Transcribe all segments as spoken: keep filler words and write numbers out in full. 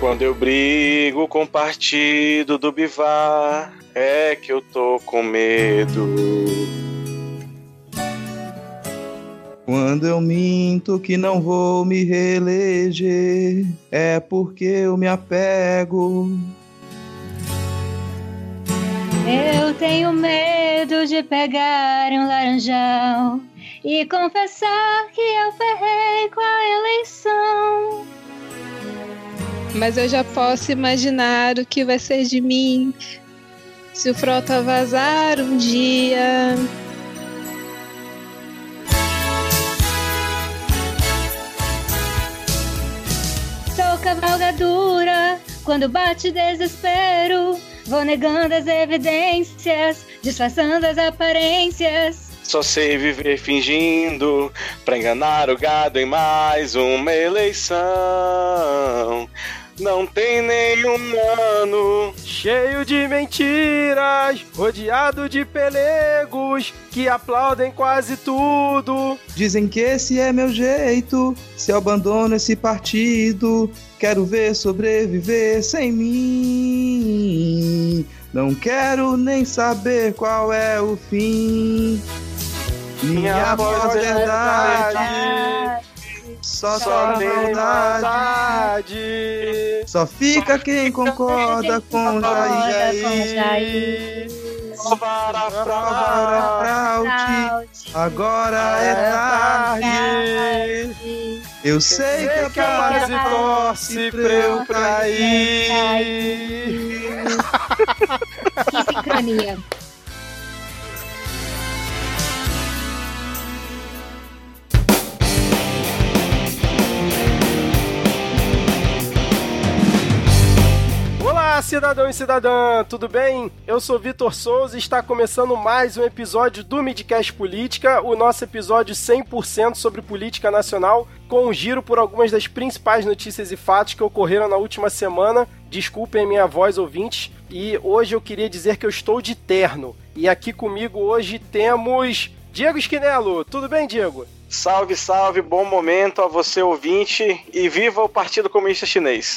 Quando eu brigo com o partido do Bivar, é que eu tô com medo. Quando eu minto que não vou me reeleger, é porque eu me apego. Eu tenho medo de pegar um laranjão e confessar que eu ferrei com a eleição. Mas eu já posso imaginar o que vai ser de mim se o Frota vazar um dia. Sou cavalgadura quando bate desespero. Vou negando as evidências, disfarçando as aparências. Só sei viver fingindo pra enganar o gado em mais uma eleição. Não tem nenhum ano cheio de mentiras, rodeado de pelegos que aplaudem quase tudo. Dizem que esse é meu jeito, se eu abandono esse partido, quero ver sobreviver sem mim. Não quero nem saber qual é o fim. Minha, Minha voz é verdade, verdade. Só, só tem verdade. Só fica quem concorda com Jair. Provar a fraude, agora é tarde. Eu sei que a base torce pra eu cair. Que sincronia. Olá, cidadão e cidadã, tudo bem? Eu sou Vitor Souza e está começando mais um episódio do Midcast Política, o nosso episódio cem por cento sobre política nacional, com um giro por algumas das principais notícias e fatos que ocorreram na última semana. Desculpem a minha voz, ouvintes, e hoje eu queria dizer que eu estou de terno. E aqui comigo hoje temos Diego Esquinelo. Tudo bem, Diego? Salve, salve, bom momento a você, ouvinte, e viva o Partido Comunista Chinês.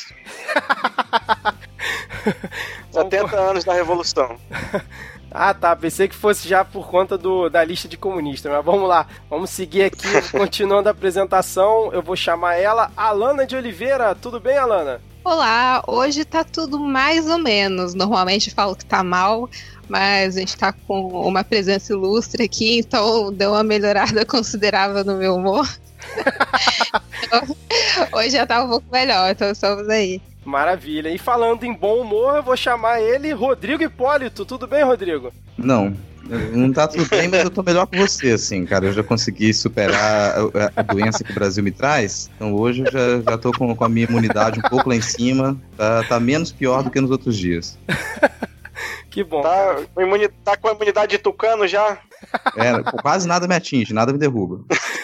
setenta anos da Revolução. Ah, tá, pensei que fosse já por conta do, da lista de comunistas, mas vamos lá, vamos seguir aqui, continuando a apresentação, eu vou chamar ela, Alana de Oliveira. Tudo bem, Alana? Olá, hoje tá tudo mais ou menos, normalmente eu falo que tá mal, mas a gente tá com uma presença ilustre aqui, então deu uma melhorada considerável no meu humor. Então, hoje já tá um pouco melhor, então estamos aí. Maravilha. E falando em bom humor, eu vou chamar ele, Rodrigo Hipólito. Tudo bem, Rodrigo? Não, não tá tudo bem, mas eu tô melhor que você, assim, cara. Eu já consegui superar a, a doença que o Brasil me traz. Então hoje eu já, já tô com, com a minha imunidade um pouco lá em cima. Tá, tá menos pior do que nos outros dias. Que bom. Tá, imuni- tá com a imunidade de tucano já? É, quase nada me atinge, nada me derruba.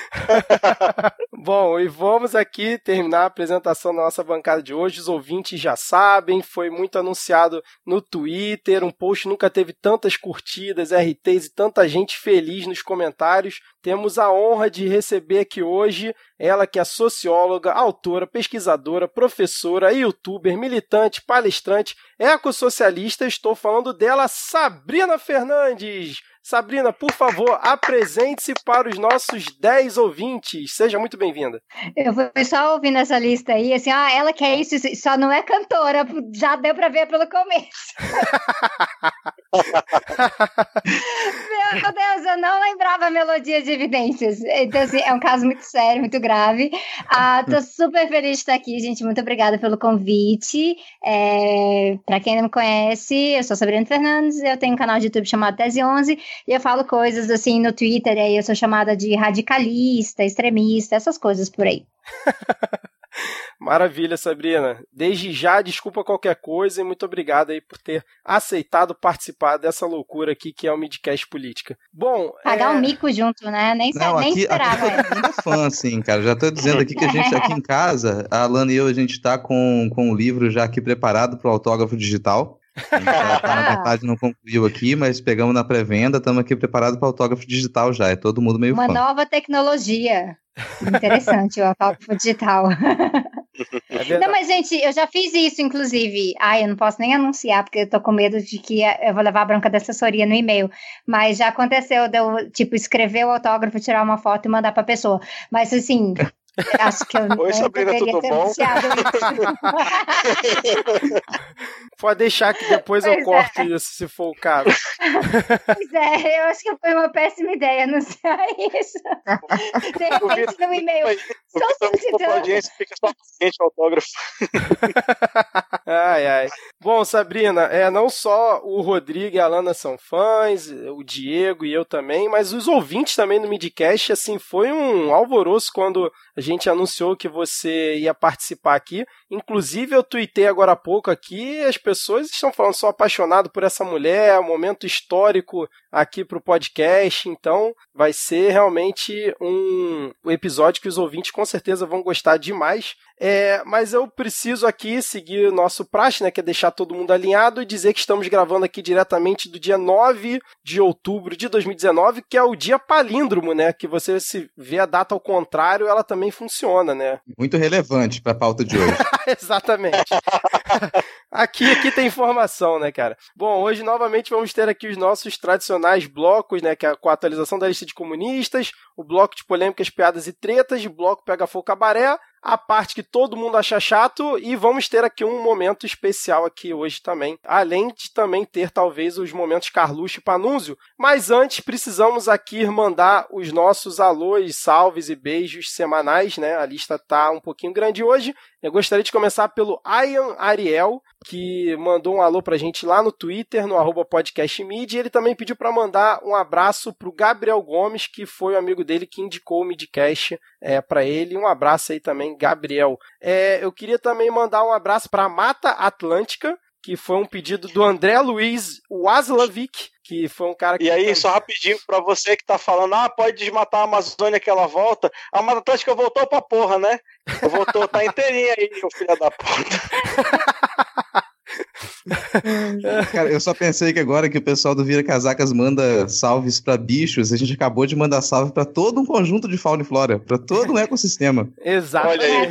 Bom, e vamos aqui terminar a apresentação da nossa bancada de hoje. Os ouvintes já sabem, foi muito anunciado no Twitter, um post nunca teve tantas curtidas, R Ts e tanta gente feliz nos comentários. Temos a honra de receber aqui hoje ela que é socióloga, autora, pesquisadora, professora, youtuber, militante, palestrante, ecossocialista. Estou falando dela, Sabrina Fernandes. Sabrina, por favor, apresente-se para os nossos dez ouvintes. Seja muito bem-vinda. Eu fui só ouvindo essa lista aí, assim, ah, ela que é isso, só não é cantora, já deu pra ver pelo começo. Meu Deus, eu não lembrava a melodia de Evidências. Então, assim, é um caso muito sério, muito grave. Ah, tô super feliz de estar aqui, gente. Muito obrigada pelo convite. É, pra quem não me conhece, eu sou Sabrina Fernandes, eu tenho um canal de YouTube chamado Tese onze, e eu falo coisas assim no Twitter, aí eu sou chamada de radicalista, extremista, essas coisas por aí. Maravilha, Sabrina. Desde já, desculpa qualquer coisa e muito obrigado aí por ter aceitado participar dessa loucura aqui que é o Midcast Política. Bom, pagar é... um mico junto, né? Nem, Não, nem aqui, esperava. Aqui eu tô fã, assim, cara. Já tô dizendo aqui que a gente aqui em casa, a Alana e eu, a gente tá com, com o livro já aqui preparado pro autógrafo digital. A gente tá, tá na metade, não concluiu aqui, mas pegamos na pré-venda, estamos aqui preparados para o autógrafo digital já, é todo mundo meio Uma fã. nova tecnologia. Interessante, o autógrafo digital. É não, mas, gente, eu já fiz isso, inclusive. Ai, eu não posso nem anunciar, porque eu tô com medo de que eu vou levar a bronca da assessoria no e-mail. Mas já aconteceu de eu, tipo, escrever o autógrafo, tirar uma foto e mandar pra pessoa. Mas, assim... Acho que eu não Oi, Sabrina, deveria tudo ter bom? anunciado isso. Pode deixar que depois Pois eu corto é. isso, se for o caso. Pois é, eu acho que foi uma péssima ideia anunciar isso. De repente, no e-mail. O Só Vitor, solicitando. pra audiência, fica só paciente o autógrafo. Ai, ai. Bom, Sabrina, é, não só o Rodrigo e a Alana são fãs, o Diego e eu também, mas os ouvintes também do Midcast, assim, foi um alvoroço quando a gente anunciou que você ia participar aqui. Inclusive, eu tuitei agora há pouco aqui, as pessoas estão falando, sou apaixonado por essa mulher, um momento histórico aqui pro podcast, então vai ser realmente um, um episódio que os ouvintes com certeza vão gostar demais. É, mas eu preciso aqui seguir o nosso praxe, né, que é deixar todo mundo alinhado e dizer que estamos gravando aqui diretamente do dia nove de outubro de dois mil e dezenove, que é o dia palíndromo, né, que você se vê a data ao contrário, ela também funciona, né? Muito relevante para a pauta de hoje. Exatamente. Aqui, aqui tem informação, né, cara? Bom, hoje novamente vamos ter aqui os nossos tradicionais blocos, né, que é com a atualização da lista de comunistas, o bloco de polêmicas, piadas e tretas, o bloco Pega Fogo Cabaré, a parte que todo mundo acha chato, e vamos ter aqui um momento especial aqui hoje também, além de também ter talvez os momentos Carluxo e Panúzio, mas antes precisamos aqui mandar os nossos alôs, salves e beijos semanais, né, a lista tá um pouquinho grande hoje. Eu gostaria de começar pelo Ian Ariel, que mandou um alô pra gente lá no Twitter, no arroba podcastmid, e ele também pediu para mandar um abraço pro Gabriel Gomes, que foi o amigo dele que indicou o Midcast é, para ele. Um abraço aí também, Gabriel. É, eu queria também mandar um abraço pra Mata Atlântica, que foi um pedido do André Luiz Waslavic, que foi um cara que... E aí, só rapidinho, pra você que tá falando, ah, pode desmatar a Amazônia que ela volta, a Mata Atlântica voltou pra porra, né? Voltou, tá inteirinha aí, ô filho da puta. Cara, eu só pensei que agora que o pessoal do Vira Casacas manda salves pra bichos, a gente acabou de mandar salve pra todo um conjunto de fauna e flora, pra todo um ecossistema. Exato. Olha aí.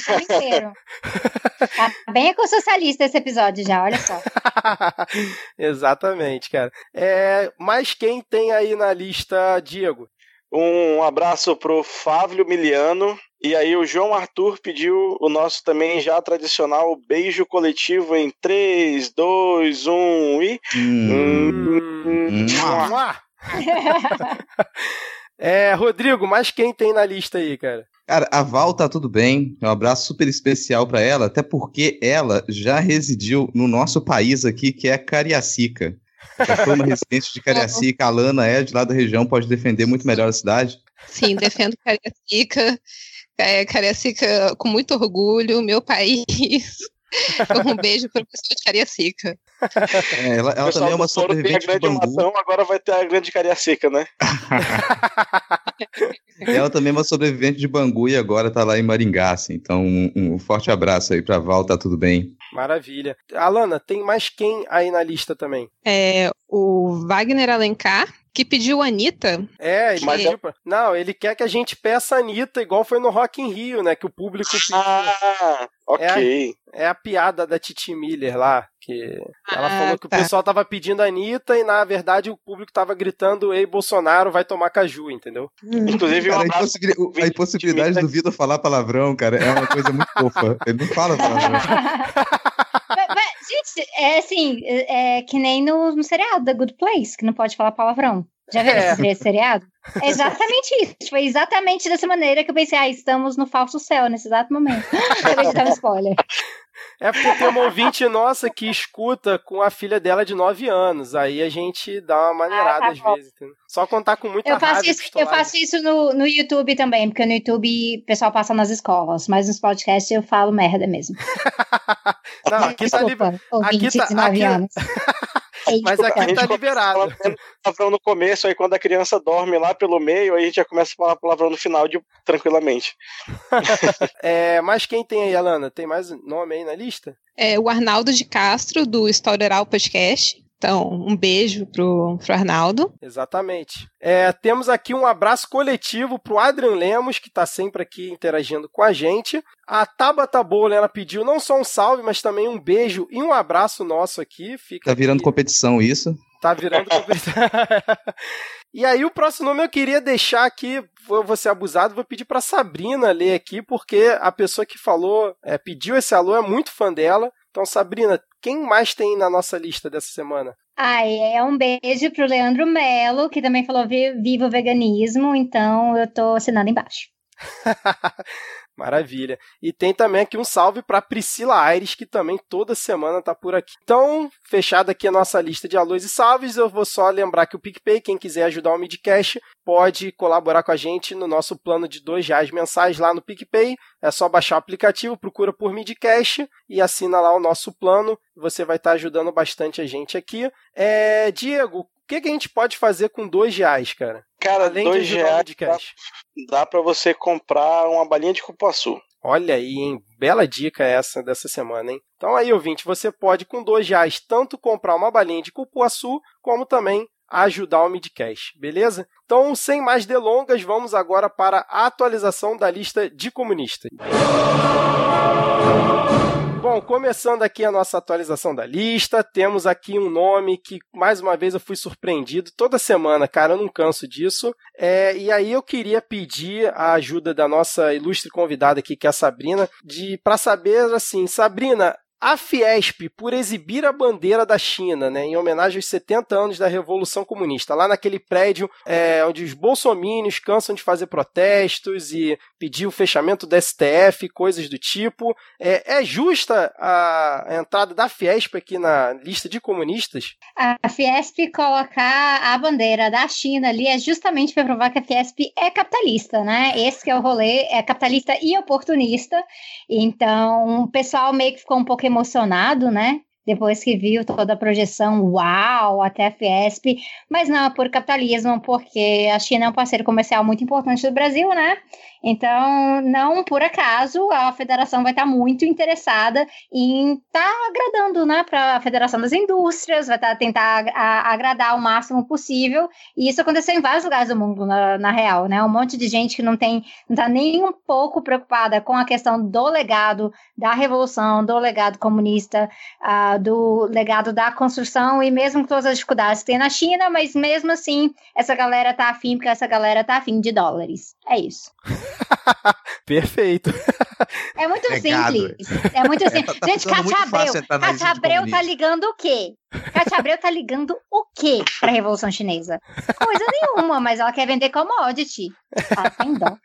Tá bem ecossocialista esse episódio já, olha só. Exatamente, cara. É, mas quem tem aí na lista, Diego? Um abraço pro Fávio Miliano. E aí o João Arthur pediu o nosso também já tradicional beijo coletivo em três, dois, um e... Hum. Hum. É, Rodrigo, mas quem tem na lista aí, cara? Cara, a Val tá tudo bem, um abraço super especial pra ela, até porque ela já residiu no nosso país aqui, que é Cariacica. Já foi uma residente de Cariacica, a Alana é de lá da região, pode defender muito melhor a cidade. Sim, defendo Cariacica. É, Cariacica com muito orgulho, meu país. Um beijo para o pessoal de Cariacica. É, ela ela também é uma sobrevivente de Bangu. Mação, agora vai ter a grande Cariacica, né? Ela também é uma sobrevivente de Bangu e agora tá lá em Maringá, assim. Então um, um forte abraço aí pra Val, tá tudo bem. Maravilha. Alana, tem mais quem aí na lista também? É, o Wagner Alencar, que pediu a Anitta. É, ele Mas pediu pra... Não, ele quer que a gente peça a Anitta, igual foi no Rock in Rio, né? Que o público pediu. Ah, ok. É a, é a piada da Titi Miller lá, que ela Ah, falou que tá. o pessoal tava pedindo a Anitta e, na verdade, o público tava gritando ei, Bolsonaro, vai tomar caju, entendeu? Inclusive, um Cara, a, abraço impossibili- pro a impossibilidade do Vitor falar palavrão, cara, é uma coisa muito fofa. Ele não fala palavrão. Mas, mas, gente, é assim, é que nem no, no seriado The Good Place, que não pode falar palavrão. Já viu É. esse, esse seriado? É exatamente isso. Foi exatamente dessa maneira que eu pensei, ah, estamos no falso céu nesse exato momento. Acabei de dar um spoiler. É porque tem uma ouvinte nossa que escuta com a filha dela de nove anos. Aí a gente dá uma maneirada Ah, tá às bom. vezes. Entendeu? Só contar com muita Eu faço raiva e isso, eu pistolagem. faço isso no, no YouTube também, porque no YouTube o pessoal passa nas escolas, mas nos podcasts eu falo merda mesmo. Não, aqui tá, li... Desculpa, ouvinte aqui tá- de nove aqui- anos. Mas Desculpa. aqui A gente tá começa liberado. a falar palavrão no começo, aí quando a criança dorme lá pelo meio, aí a gente já começa a falar palavrão no final de, tranquilamente. É, mas quem tem aí, Alana? Tem mais nome aí na lista? É, o Arnaldo de Castro, do História Oral Podcast. Então, um beijo pro, pro Arnaldo. Exatamente. É, temos aqui um abraço coletivo pro Adrian Lemos, que está sempre aqui interagindo com a gente. A Tabata Bowler, ela pediu não só um salve, mas também um beijo e um abraço nosso aqui. Fica tá virando aqui... competição isso? Tá virando competição. E aí o próximo nome eu queria deixar aqui, vou ser abusado, vou pedir pra Sabrina ler aqui, porque a pessoa que falou, é, pediu esse alô, é muito fã dela. Então, Sabrina, quem mais tem na nossa lista dessa semana? Ah, é um beijo pro Leandro Melo, que também falou viva o veganismo, então eu tô assinando embaixo. Maravilha. E tem também aqui um salve para Priscila Aires, que também toda semana tá por aqui. Então, fechada aqui a nossa lista de alôs e salves, eu vou só lembrar que o PicPay, quem quiser ajudar o Midcast, pode colaborar com a gente no nosso plano de dois reais mensais lá no PicPay. É só baixar o aplicativo, procura por Midcast e assina lá o nosso plano. Você vai estar ajudando bastante a gente aqui. É, Diego, o que, que a gente pode fazer com dois reais, cara? Cara, Além dois reais dá, dá pra você comprar uma balinha de cupuaçu. Olha aí, hein? Bela dica essa dessa semana, hein? Então aí, ouvinte, você pode com dois reais tanto comprar uma balinha de cupuaçu, como também ajudar o Midcast, beleza? Então, sem mais delongas, vamos agora para a atualização da lista de comunistas. Bom, começando aqui a nossa atualização da lista, temos aqui um nome que, mais uma vez, eu fui surpreendido toda semana, cara, eu não canso disso. É, e aí eu queria pedir a ajuda da nossa ilustre convidada aqui, que é a Sabrina, de para saber, assim, Sabrina, a Fiesp, por exibir a bandeira da China, né, em homenagem aos setenta anos da Revolução Comunista, lá naquele prédio é, onde os bolsomínios cansam de fazer protestos e pedir o fechamento do S T F, coisas do tipo, é, é justa a, a entrada da Fiesp aqui na lista de comunistas? A Fiesp colocar a bandeira da China ali é justamente para provar que a Fiesp é capitalista, né? Esse que é o rolê, é capitalista e oportunista. Então, o pessoal meio que ficou um pouco emocionado, né? Depois que viu toda a projeção, uau, até a Fiesp, mas não é por capitalismo, porque a China é um parceiro comercial muito importante do Brasil, né? Então, não por acaso, a federação vai estar muito interessada em estar tá agradando, né, para a Federação das Indústrias, vai estar tá, tentar a, agradar o máximo possível, e isso aconteceu em vários lugares do mundo, na, na real, né? Um monte de gente que não tem, não está nem um pouco preocupada com a questão do legado da Revolução, do legado comunista, uh, do legado da construção, e mesmo com todas as dificuldades que tem na China, mas mesmo assim, essa galera tá afim, porque essa galera tá afim de dólares. É isso. Perfeito. É muito Legado. simples. É muito simples. É, tá, tá gente, Cátia Abreu. Cátia Abreu tá ligando o quê? Cátia Abreu tá ligando o quê pra Revolução Chinesa? Coisa nenhuma, mas ela quer vender commodity. Ah, tem dó.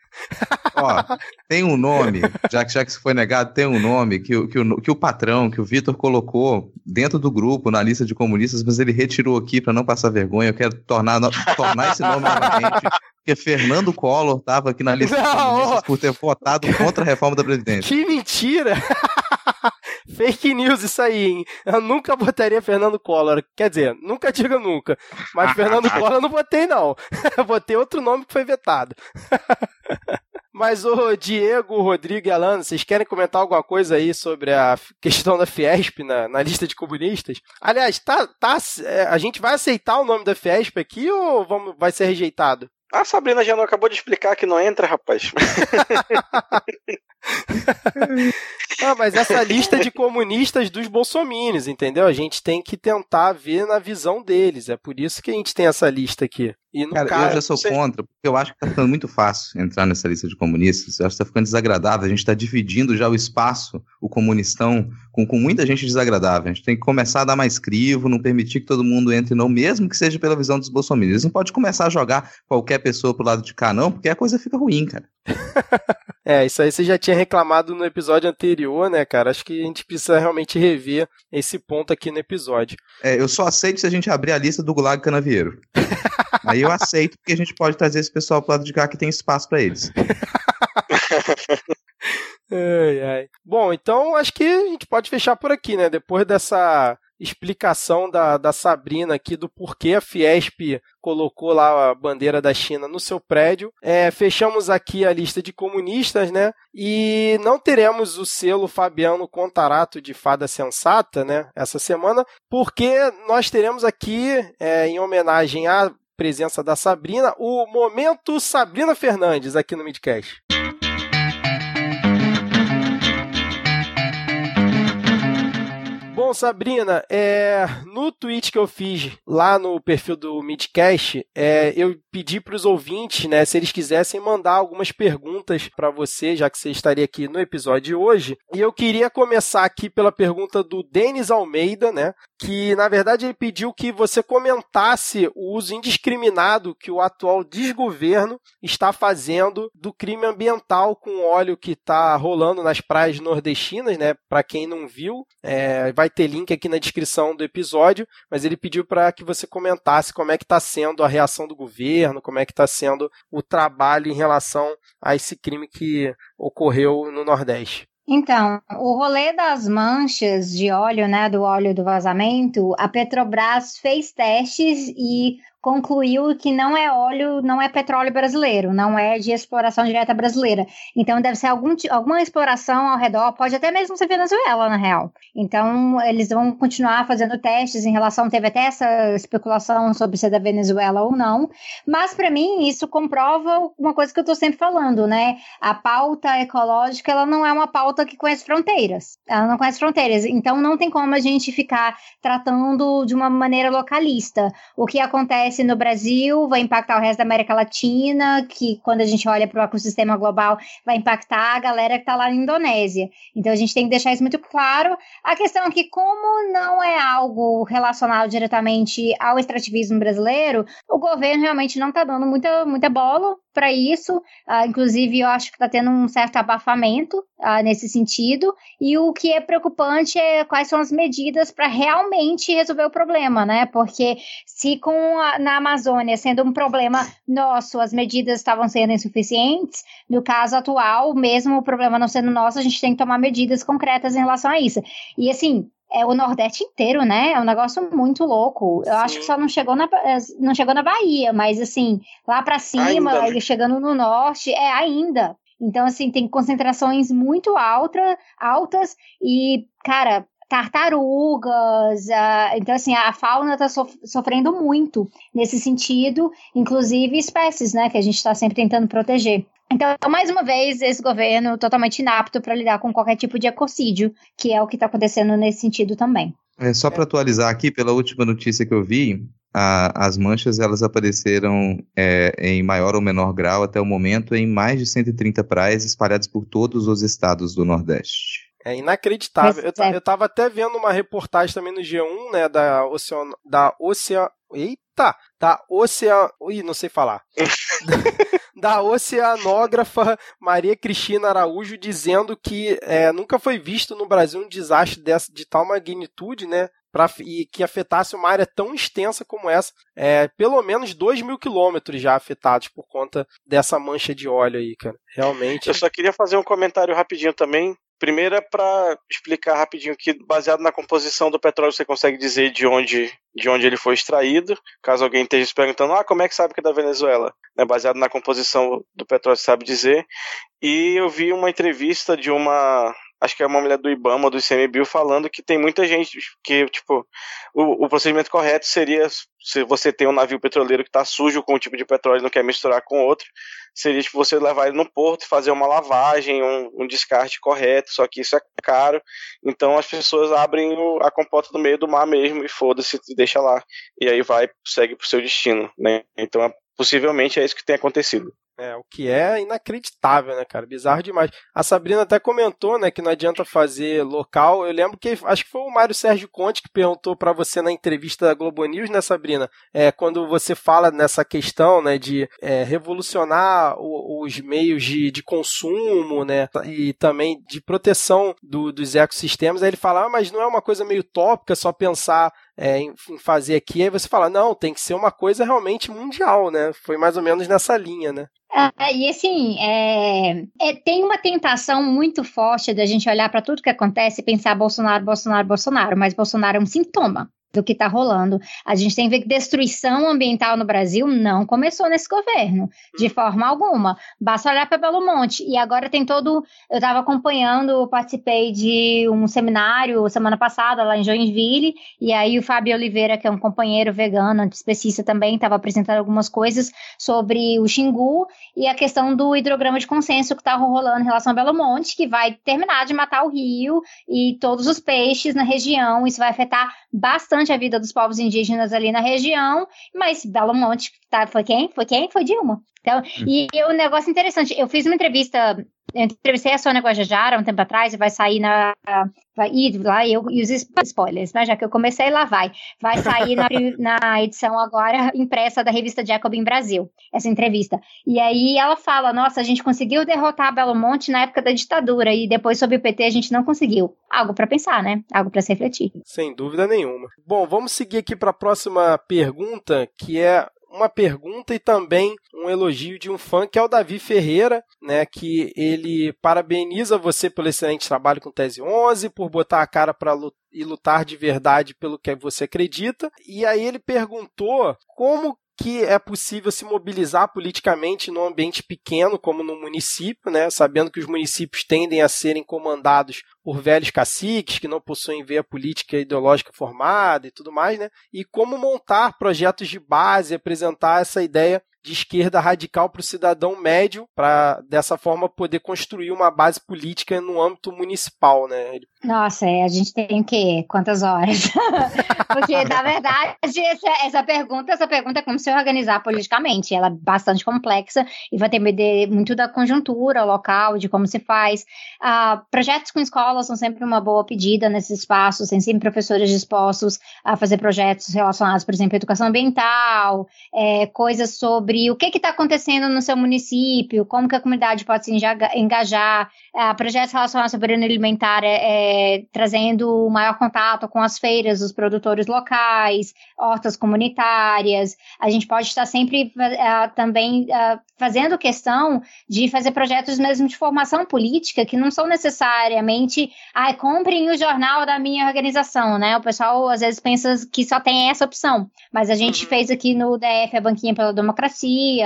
Ó, tem um nome, já que, já que isso foi negado, tem um nome que, que, o, que o patrão, que o Vitor colocou dentro do grupo, na lista de comunistas, mas ele retirou aqui pra não passar vergonha. Eu quero tornar, tornar esse nome novamente. Porque Fernando Collor estava aqui na lista de comunistas por ter votado contra a reforma da Previdência. Que mentira! Fake news isso aí, hein? Eu nunca votaria Fernando Collor. Quer dizer, nunca diga nunca. Mas Fernando Collor eu não votei, não. Eu votei outro nome que foi vetado. Mas o Diego, o Rodrigo e a Alana, vocês querem comentar alguma coisa aí sobre a questão da Fiesp na, na lista de comunistas? Aliás, tá, tá, a gente vai aceitar o nome da Fiesp aqui ou vamos, vai ser rejeitado? A Sabrina já não acabou de explicar que não entra, rapaz. Ah, mas essa lista de comunistas dos bolsominions, entendeu? A gente tem que tentar ver na visão deles. É por isso que a gente tem essa lista aqui. E no Cara, caso, eu já sou você... contra, porque eu acho que tá ficando muito fácil entrar nessa lista de comunistas. Eu acho que tá ficando desagradável. A gente tá dividindo já o espaço, o comunistão, com, com muita gente desagradável. A gente tem que começar a dar mais crivo, não permitir que todo mundo entre, não, mesmo que seja pela visão dos bolsominions. Eles não podem começar a jogar qualquer pessoa pro lado de cá, não, porque a coisa fica ruim, cara. É, isso aí você já tinha reclamado no episódio anterior, né, cara? Acho que a gente precisa realmente rever esse ponto aqui no episódio. É, eu só aceito se a gente abrir a lista do Gulag Canavieiro. Aí eu aceito, porque a gente pode trazer esse pessoal pro lado de cá que tem espaço pra eles. Ai, ai. Bom, então acho que a gente pode fechar por aqui, né? Depois dessa explicação da, da Sabrina aqui do porquê a Fiesp colocou lá a bandeira da China no seu prédio. É, fechamos aqui a lista de comunistas, né? E não teremos o selo Fabiano Contarato de Fada Sensata, né? Essa semana, porque nós teremos aqui, é, em homenagem à presença da Sabrina, o Momento Sabrina Fernandes aqui no Midcast. Bom, Sabrina, é, no tweet que eu fiz lá no perfil do Midcast, é, eu pedi para os ouvintes, né, se eles quisessem mandar algumas perguntas para você, já que você estaria aqui no episódio de hoje. E eu queria começar aqui pela pergunta do Denis Almeida, né, que na verdade ele pediu que você comentasse o uso indiscriminado que o atual desgoverno está fazendo do crime ambiental com óleo que está rolando nas praias nordestinas, né? Para quem não viu, é, vai ter link aqui na descrição do episódio, mas ele pediu para que você comentasse como é que está sendo a reação do governo, como é que está sendo o trabalho em relação a esse crime que ocorreu no Nordeste. Então, o rolê das manchas de óleo, né, do óleo do vazamento, a Petrobras fez testes e concluiu que não é óleo, não é petróleo brasileiro, não é de exploração direta brasileira. Então, deve ser algum, alguma exploração ao redor, pode até mesmo ser Venezuela, na real. Então, eles vão continuar fazendo testes em relação, teve até essa especulação sobre se é da Venezuela ou não, mas, para mim, isso comprova uma coisa que eu estou sempre falando, né? A pauta ecológica, ela não é uma pauta que conhece fronteiras. Ela não conhece fronteiras, então não tem como a gente ficar tratando de uma maneira localista. O que acontece no Brasil vai impactar o resto da América Latina, que quando a gente olha para o ecossistema global vai impactar a galera que está lá na Indonésia. Então a gente tem que deixar isso muito claro. A questão é que, como não é algo relacionado diretamente ao extrativismo brasileiro, o governo realmente não está dando muita, muita bola para isso. Uh, inclusive, eu acho que está tendo um certo abafamento uh, nesse sentido. E o que é preocupante é quais são as medidas para realmente resolver o problema, né? Porque se com a, na Amazônia sendo um problema nosso, as medidas estavam sendo insuficientes, no caso atual, mesmo o problema não sendo nosso, a gente tem que tomar medidas concretas em relação a isso. E assim, é o Nordeste inteiro, né? É um negócio muito louco. Eu Sim. acho que só não chegou na, não chegou na Bahia, mas assim, lá pra cima, ainda. Chegando no Norte, é ainda. Então, assim, tem concentrações muito alta, altas e, cara, tartarugas, uh, então assim, a fauna está sof- sofrendo muito nesse sentido, inclusive espécies, né, que a gente está sempre tentando proteger. Então, mais uma vez, esse governo totalmente inapto para lidar com qualquer tipo de ecocídio, que é o que está acontecendo nesse sentido também. É, só para atualizar aqui, pela última notícia que eu vi, a, as manchas elas apareceram é, em maior ou menor grau até o momento em mais de cento e trinta praias espalhadas por todos os estados do Nordeste. É inacreditável. Eu, eu tava até vendo uma reportagem também no G um, né, da Ocean... Da Ocean... Eita! Da Ocean... Ih, não sei falar. Da oceanógrafa Maria Cristina Araújo, dizendo que é, nunca foi visto no Brasil um desastre dessa, de tal magnitude, né? Pra, e que afetasse uma área tão extensa como essa. É, pelo menos dois mil quilômetros já afetados por conta dessa mancha de óleo aí, cara. Realmente. Eu só queria fazer um comentário rapidinho também. Primeiro é para explicar rapidinho que, baseado na composição do petróleo, você consegue dizer de onde, de onde ele foi extraído. Caso alguém esteja se perguntando, ah, como é que sabe que é da Venezuela? É baseado na composição do petróleo, você sabe dizer. E eu vi uma entrevista de uma... acho que é uma mulher do IBAMA, do I C M B I, falando que tem muita gente que, tipo, o, o procedimento correto seria, se você tem um navio petroleiro que está sujo com um tipo de petróleo e não quer misturar com outro, seria, tipo, você levar ele no porto e fazer uma lavagem, um, um descarte correto, só que isso é caro, então as pessoas abrem o, a compota no meio do mar mesmo e foda-se, deixa lá, e aí vai, segue pro seu destino, né, então possivelmente é isso que tem acontecido. É, o que é inacreditável, né, cara? Bizarro demais. A Sabrina até comentou, né, que não adianta fazer local. Eu lembro que, acho que foi o Mário Sérgio Conte que perguntou pra você na entrevista da Globo News, né, Sabrina? É, quando você fala nessa questão, né, de é, revolucionar o, os meios de, de consumo, né, e também de proteção do, dos ecossistemas, aí ele fala, ah, mas não é uma coisa meio utópica só pensar é, em fazer aqui, aí você fala, não, tem que ser uma coisa realmente mundial, né? Foi mais ou menos nessa linha, né? Ah, e assim, é, é, tem uma tentação muito forte da gente olhar para tudo que acontece e pensar Bolsonaro, Bolsonaro, Bolsonaro, mas Bolsonaro é um sintoma do que está rolando. A gente tem que ver que destruição ambiental no Brasil não começou nesse governo, de forma alguma. Basta olhar para Belo Monte. E agora tem todo... Eu estava acompanhando, participei de um seminário semana passada lá em Joinville, e aí o Fábio Oliveira, que é um companheiro vegano, antiespecista também, estava apresentando algumas coisas sobre o Xingu e a questão do hidrograma de consenso que está rolando em relação a Belo Monte, que vai terminar de matar o rio e todos os peixes na região. Isso vai afetar bastante a vida dos povos indígenas ali na região, mas Belo Monte, tá, foi quem? Foi quem? Foi Dilma. Então, hum. E o um negócio interessante, eu fiz uma entrevista, eu entrevistei a Sônia Guajajara um tempo atrás, e vai sair na... Vai ir lá, eu e os spoilers, né? Já que eu comecei, lá vai. Vai sair na, na edição agora impressa da revista Jacobin Brasil, essa entrevista. E aí ela fala, nossa, a gente conseguiu derrotar Belo Monte na época da ditadura, e depois sob o P T a gente não conseguiu. Algo para pensar, né? Algo para se refletir. Sem dúvida nenhuma. Bom, vamos seguir aqui para a próxima pergunta, que é uma pergunta e também um elogio de um fã, que é o Davi Ferreira, né, que ele parabeniza você pelo excelente trabalho com Tese onze, por botar a cara para lutar e lutar de verdade pelo que você acredita. E aí ele perguntou como que é possível se mobilizar politicamente num ambiente pequeno como no município, né, sabendo que os municípios tendem a serem comandados por velhos caciques que não possuem veia política e ideológica formada e tudo mais, né, e como montar projetos de base, apresentar essa ideia de esquerda radical para o cidadão médio, para dessa forma poder construir uma base política no âmbito municipal, né? Nossa, é, a gente tem o quê? Quantas horas? Porque, na verdade, essa, essa pergunta, essa pergunta é como se organizar politicamente. Ela é bastante complexa e vai depender muito da conjuntura local, de como se faz. Uh, projetos com escolas são sempre uma boa pedida nesses espaços, tem sempre professores dispostos a fazer projetos relacionados, por exemplo, à educação ambiental, é, coisas sobre o que está acontecendo no seu município, como que a comunidade pode se engajar, uh, projetos relacionados à soberania alimentar, é, é, trazendo maior contato com as feiras dos produtores locais, hortas comunitárias. A gente pode estar sempre uh, também uh, fazendo questão de fazer projetos mesmo de formação política, que não são necessariamente, ah, comprem o jornal da minha organização, né? O pessoal às vezes pensa que só tem essa opção, mas a gente uhum. fez aqui no D F a Banquinha pela Democracia,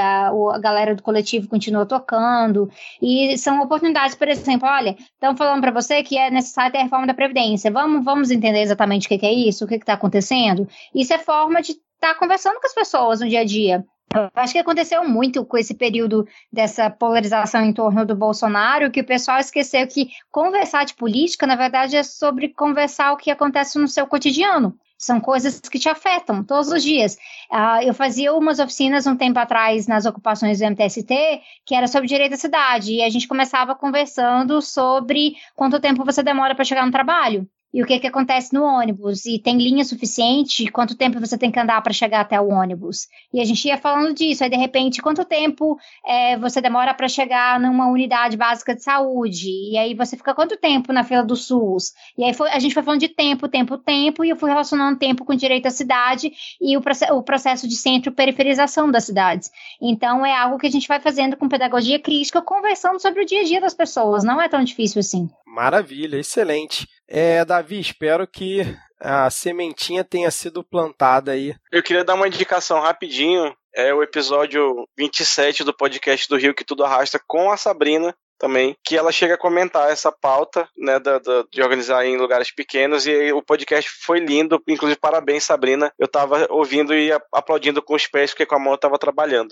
a galera do coletivo continua tocando, e são oportunidades, por exemplo, olha, estão falando para você que é necessário ter a reforma da Previdência, vamos, vamos entender exatamente o que, que é isso, o que está acontecendo? Isso é forma de estar tá conversando com as pessoas no dia a dia. Eu acho que aconteceu muito com esse período dessa polarização em torno do Bolsonaro, que o pessoal esqueceu que conversar de política, na verdade, é sobre conversar o que acontece no seu cotidiano. São coisas que te afetam todos os dias. Uh, eu fazia umas oficinas um tempo atrás nas ocupações do M T S T, que era sobre direito à cidade, e a gente começava conversando sobre quanto tempo você demora para chegar no trabalho. E o que, que acontece no ônibus, e tem linha suficiente, quanto tempo você tem que andar para chegar até o ônibus. E a gente ia falando disso, aí de repente, quanto tempo é, você demora para chegar numa unidade básica de saúde, e aí você fica quanto tempo na fila do SUS. E aí foi, a gente foi falando de tempo, tempo, tempo, e eu fui relacionando tempo com direito à cidade e o, o processo de centro-periferização das cidades. Então é algo que a gente vai fazendo com pedagogia crítica, conversando sobre o dia a dia das pessoas, não é tão difícil assim. Maravilha, excelente. É, Davi, espero que a sementinha tenha sido plantada aí. Eu queria dar uma indicação rapidinho, é o episódio vinte e sete do podcast do Rio que Tudo Arrasta com a Sabrina também, que ela chega a comentar essa pauta, né, da, da, de organizar em lugares pequenos, e o podcast foi lindo, inclusive parabéns, Sabrina, eu tava ouvindo e aplaudindo com os pés, porque com a mão eu tava trabalhando.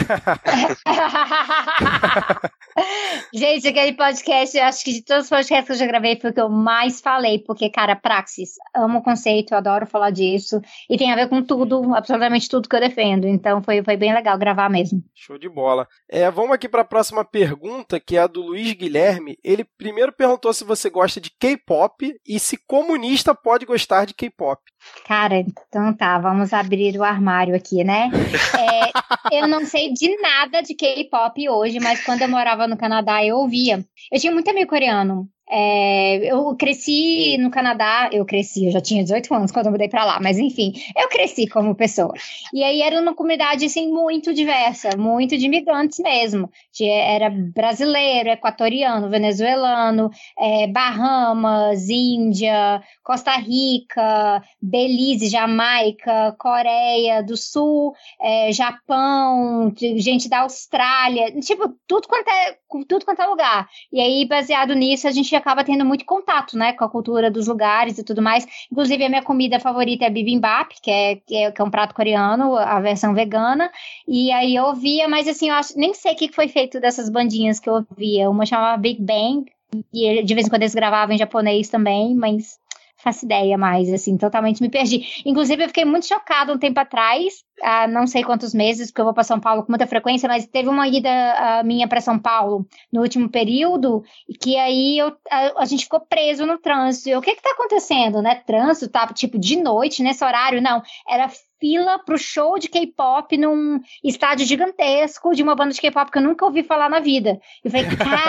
Gente, aquele podcast, eu acho que de todos os podcasts que eu já gravei foi o que eu mais falei, porque, cara, praxis, amo o conceito, eu adoro falar disso, e tem a ver com tudo, absolutamente tudo que eu defendo, então foi, foi bem legal gravar mesmo. Show de bola. É, vamos aqui para a próxima pergunta, que é a do Luiz Guilherme. Ele primeiro perguntou se você gosta de K-pop e se comunista pode gostar de K-pop. Cara, então tá, vamos abrir o armário aqui, né? É, eu não sei de nada de K-pop hoje, mas quando eu morava no Canadá eu ouvia. Eu tinha muito amigo coreano. É, eu cresci no Canadá, eu cresci, eu já tinha dezoito anos quando eu mudei pra lá, mas enfim, eu cresci como pessoa. E aí era uma comunidade, assim, muito diversa, muito de imigrantes mesmo. Era brasileiro, equatoriano, venezuelano, é, Bahamas, Índia, Costa Rica, Belize, Jamaica, Coreia do Sul, é, Japão, gente da Austrália, tipo, tudo quanto é, tudo quanto é lugar. E aí, baseado nisso, a gente acaba tendo muito contato, né, com a cultura dos lugares e tudo mais. Inclusive, a minha comida favorita é bibimbap, que é, que é, que é um prato coreano, a versão vegana. E aí eu ouvia, mas assim, eu acho, nem sei o que foi feito dessas bandinhas que eu ouvia. Uma chamava Big Bang, e de vez em quando eles gravavam em japonês também, mas faço ideia mais, assim, totalmente me perdi. Inclusive, eu fiquei muito chocada um tempo atrás, há não sei quantos meses, porque eu vou para São Paulo com muita frequência, mas teve uma ida a minha para São Paulo no último período, que aí eu, a, a gente ficou preso no trânsito. E eu, o que que tá acontecendo, né? Trânsito, tá, tipo, de noite, nesse horário? Não, era fila pro show de K-pop num estádio gigantesco de uma banda de K-pop que eu nunca ouvi falar na vida. Eu falei,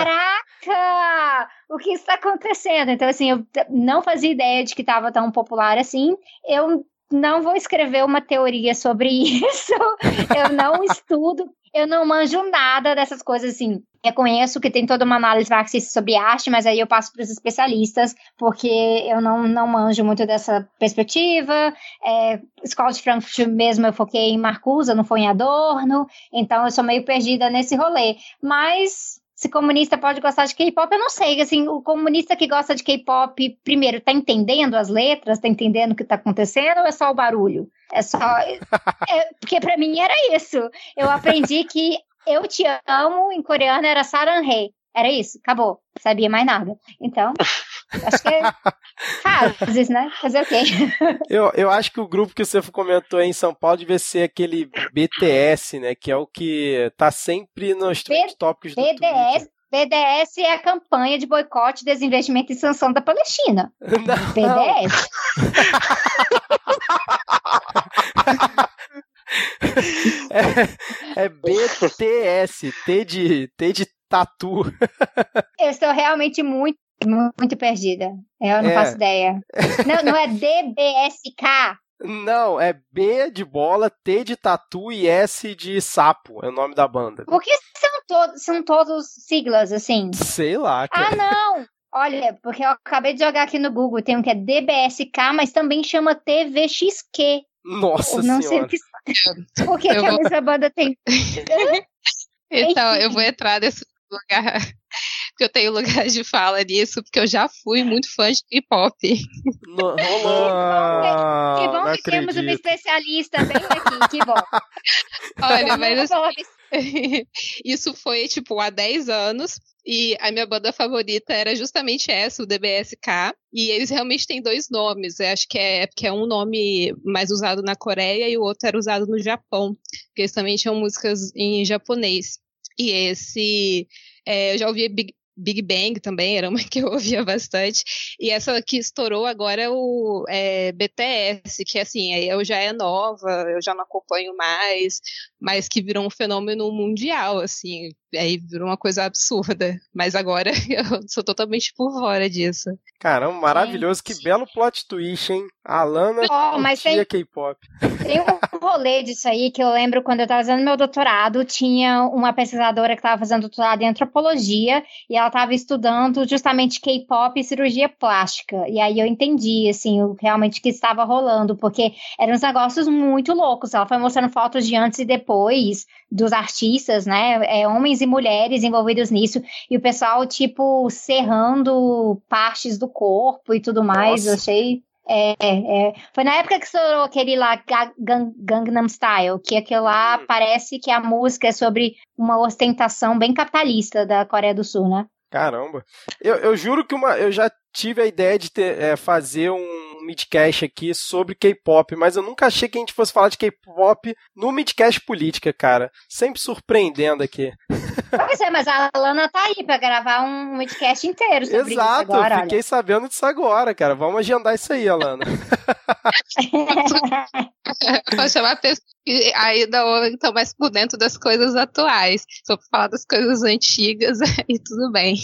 caraca, o que está acontecendo? Então, assim, eu não fazia ideia de que estava tão popular assim. Eu não vou escrever uma teoria sobre isso. Eu não estudo, eu não manjo nada dessas coisas, assim. Reconheço que tem toda uma análise marxista sobre arte, mas aí eu passo para os especialistas, porque eu não, não manjo muito dessa perspectiva. É, Escola de Frankfurt mesmo eu foquei em Marcuse, não foi em Adorno, então eu sou meio perdida nesse rolê. Mas se comunista pode gostar de K-pop, eu não sei. Assim, o comunista que gosta de K-pop, primeiro, tá entendendo as letras, tá entendendo o que tá acontecendo, ou é só o barulho? É só... é, porque para mim era isso. Eu aprendi que eu te amo em coreano era Saranhae. Era isso, acabou. Não sabia mais nada. Então, acho que é fases, né? Fazer o quê? Eu, eu acho que o grupo que você comentou aí em São Paulo devia ser aquele B T S, né? Que é o que tá sempre nos trend topics do B D S, Twitter. B D S é a campanha de boicote, desinvestimento e sanção da Palestina. Não. B D S. É, é B T S, T de, T de tatu. Eu estou realmente muito, muito perdida. Eu não É. faço ideia. Não, não é D B S K? Não, é B de bola, T de tatu e S de sapo, é o nome da banda. Por que são todos, são todos siglas, assim? Sei lá, cara. Ah, não! Olha, porque eu acabei de jogar aqui no Google, tem um que é D B S K, mas também chama T V X Q. Nossa Eu não sei senhora. o que... Por que, que Eu a vou- mesma banda tem... Então, eu vou entrar nesse lugar, porque eu tenho lugar de fala nisso, porque eu já fui muito fã de K-pop. No, Que rolou. bom Não que temos uma acredito. especialista bem aqui, que bom. Olha, mas Vamos falar disso. isso foi, tipo, há dez anos, e a minha banda favorita era justamente essa, o D B S K, e eles realmente têm dois nomes, eu acho que é porque é um nome mais usado na Coreia e o outro era usado no Japão, porque eles também tinham músicas em japonês. E esse, é, eu já ouvi Big, Big Bang também, era uma que eu ouvia bastante, e essa que estourou agora é o é, B T S, que assim, eu já é nova, eu já não acompanho mais, mas que virou um fenômeno mundial, assim, aí virou uma coisa absurda, mas agora eu sou totalmente por fora disso. Caramba, maravilhoso, que belo plot twist, hein? A Alana Oh, mas curtia tem- K-pop. Tem um rolê disso aí que eu lembro quando eu estava fazendo meu doutorado, tinha uma pesquisadora que estava fazendo doutorado em antropologia e ela estava estudando justamente K-pop e cirurgia plástica. E aí eu entendi, assim, o, realmente o que estava rolando, porque eram uns negócios muito loucos. Ela foi mostrando fotos de antes e depois dos artistas, né? É, homens e mulheres envolvidos nisso. E o pessoal, tipo, serrando partes do corpo e tudo mais. Nossa. Eu achei... É, é. Foi na época que estourou aquele lá, Ga- Gang- Gangnam Style, que aquele lá Hum. parece que a música é sobre uma ostentação bem capitalista da Coreia do Sul, né? Caramba. Eu, eu juro que uma, eu já tive a ideia de ter, é, fazer um midcast aqui sobre K-pop, mas eu nunca achei que a gente fosse falar de K-pop no midcast política, cara. Sempre surpreendendo aqui. Pois é, mas a Alana tá aí pra gravar um podcast inteiro sobre Exato, isso agora. eu fiquei olha. sabendo disso agora, cara. Vamos agendar isso aí, Alana. Vou chamar pessoas que ainda estão mais por dentro das coisas atuais. Só pra falar das coisas antigas e tudo bem.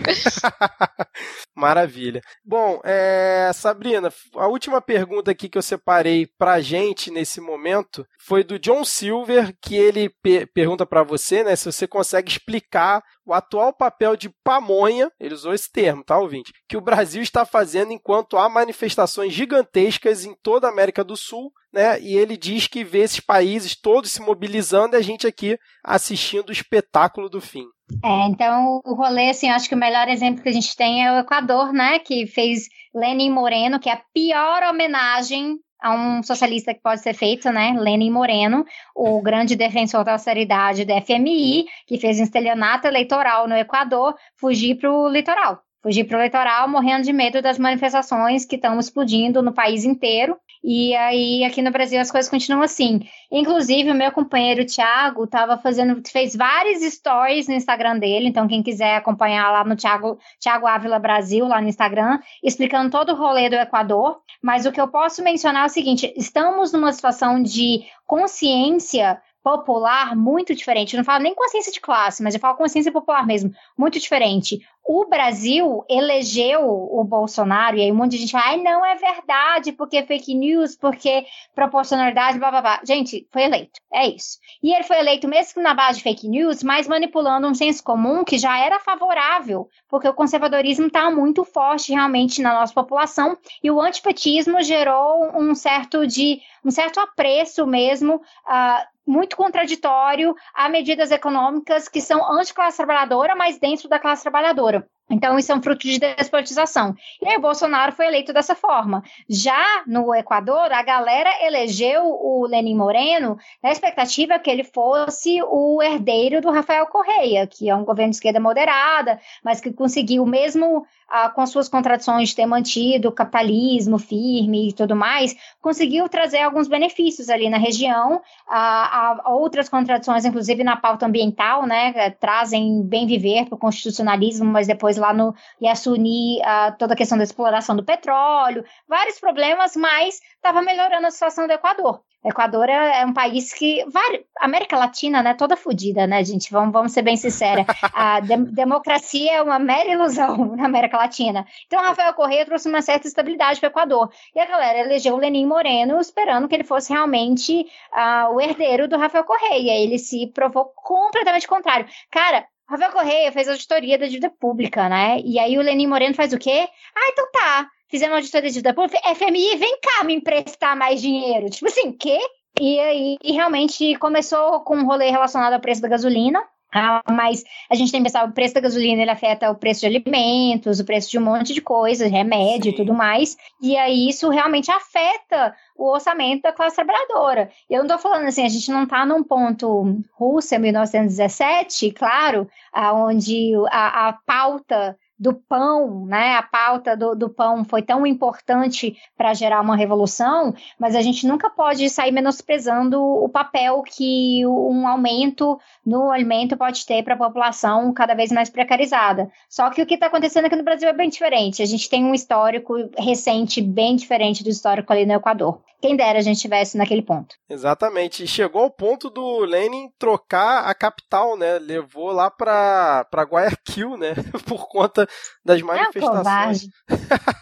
Maravilha. Bom, é, Sabrina, a última pergunta aqui que eu separei pra gente nesse momento foi do John Silver, que ele pe- pergunta pra você, né, se você consegue explicar o atual papel de pamonha, ele usou esse termo, tá, ouvinte? Que o Brasil está fazendo enquanto há manifestações gigantescas em toda a América do Sul, né? E ele diz que vê esses países todos se mobilizando e a gente aqui assistindo o espetáculo do fim. É, então, o rolê, assim, eu acho que o melhor exemplo que a gente tem é o Equador, né? Que fez Lenin Moreno, que é a pior homenagem a um socialista que pode ser feito, né? Lenin Moreno, o grande defensor da austeridade da F M I, que fez um estelionato eleitoral no Equador, fugir para o litoral. Fugir para o litoral, morrendo de medo das manifestações que estão explodindo no país inteiro. E aí, aqui no Brasil, as coisas continuam assim. Inclusive, o meu companheiro Thiago tava fazendo, fez vários stories no Instagram dele. Então, quem quiser acompanhar lá no Thiago, Thiago Ávila Brasil, lá no Instagram, explicando todo o rolê do Equador. Mas o que eu posso mencionar é o seguinte: estamos numa situação de consciência popular muito diferente. Eu não falo nem consciência de classe, mas eu falo consciência popular mesmo, muito diferente. O Brasil elegeu o Bolsonaro, e aí um monte de gente fala, ai, não é verdade, porque fake news, porque proporcionalidade, blá, blá, blá. Gente, foi eleito, é isso. E ele foi eleito mesmo na base de fake news, mas manipulando um senso comum que já era favorável, porque o conservadorismo está muito forte realmente na nossa população, e o antipetismo gerou um certo, de, um certo apreço mesmo, uh, muito contraditório a medidas econômicas que são anti-classe trabalhadora, mas dentro da classe trabalhadora. Então, isso é um fruto de despolitização. E aí, o Bolsonaro foi eleito dessa forma. Já no Equador, a galera elegeu o Lenin Moreno na expectativa que ele fosse o herdeiro do Rafael Correa, que é um governo de esquerda moderada, mas que conseguiu, mesmo ah, com suas contradições de ter mantido o capitalismo firme e tudo mais, conseguiu trazer alguns benefícios ali na região. Ah, há outras contradições, inclusive na pauta ambiental, né? Trazem bem viver para o constitucionalismo, mas depois lá no Yasuni, uh, toda a questão da exploração do petróleo, vários problemas, mas estava melhorando a situação do Equador. O Equador é, é um país que... A América Latina, né, toda fodida, né, gente? Vamos, vamos ser bem sinceros. A de, democracia é uma mera ilusão na América Latina. Então, Rafael Correa trouxe uma certa estabilidade para o Equador. E a galera elegeu o Lenin Moreno esperando que ele fosse realmente uh, o herdeiro do Rafael Correa. Ele se provou completamente contrário. Cara, Rafael Correa fez auditoria da dívida pública, né? E aí o Lenin Moreno faz o quê? Ah, então tá. Fizemos auditoria da dívida pública. F M I, vem cá me emprestar mais dinheiro. Tipo assim, quê? E aí e realmente começou com um rolê relacionado ao preço da gasolina. Ah, mas a gente tem que pensar, o preço da gasolina ele afeta o preço de alimentos, o preço de um monte de coisas, remédio e tudo mais, e aí isso realmente afeta o orçamento da classe trabalhadora. Eu não estou falando assim, a gente não está num ponto Rússia, mil novecentos e dezessete, claro, onde a, a pauta do pão, né, a pauta do, do pão foi tão importante para gerar uma revolução, mas a gente nunca pode sair menosprezando o papel que um aumento no alimento pode ter para a população cada vez mais precarizada. Só que o que está acontecendo aqui no Brasil é bem diferente. A gente tem um histórico recente bem diferente do histórico ali no Equador. Quem dera a gente estivesse naquele ponto. Exatamente. E chegou ao ponto do Lenin trocar a capital, né? Levou lá para para Guayaquil, né? Por conta das manifestações. É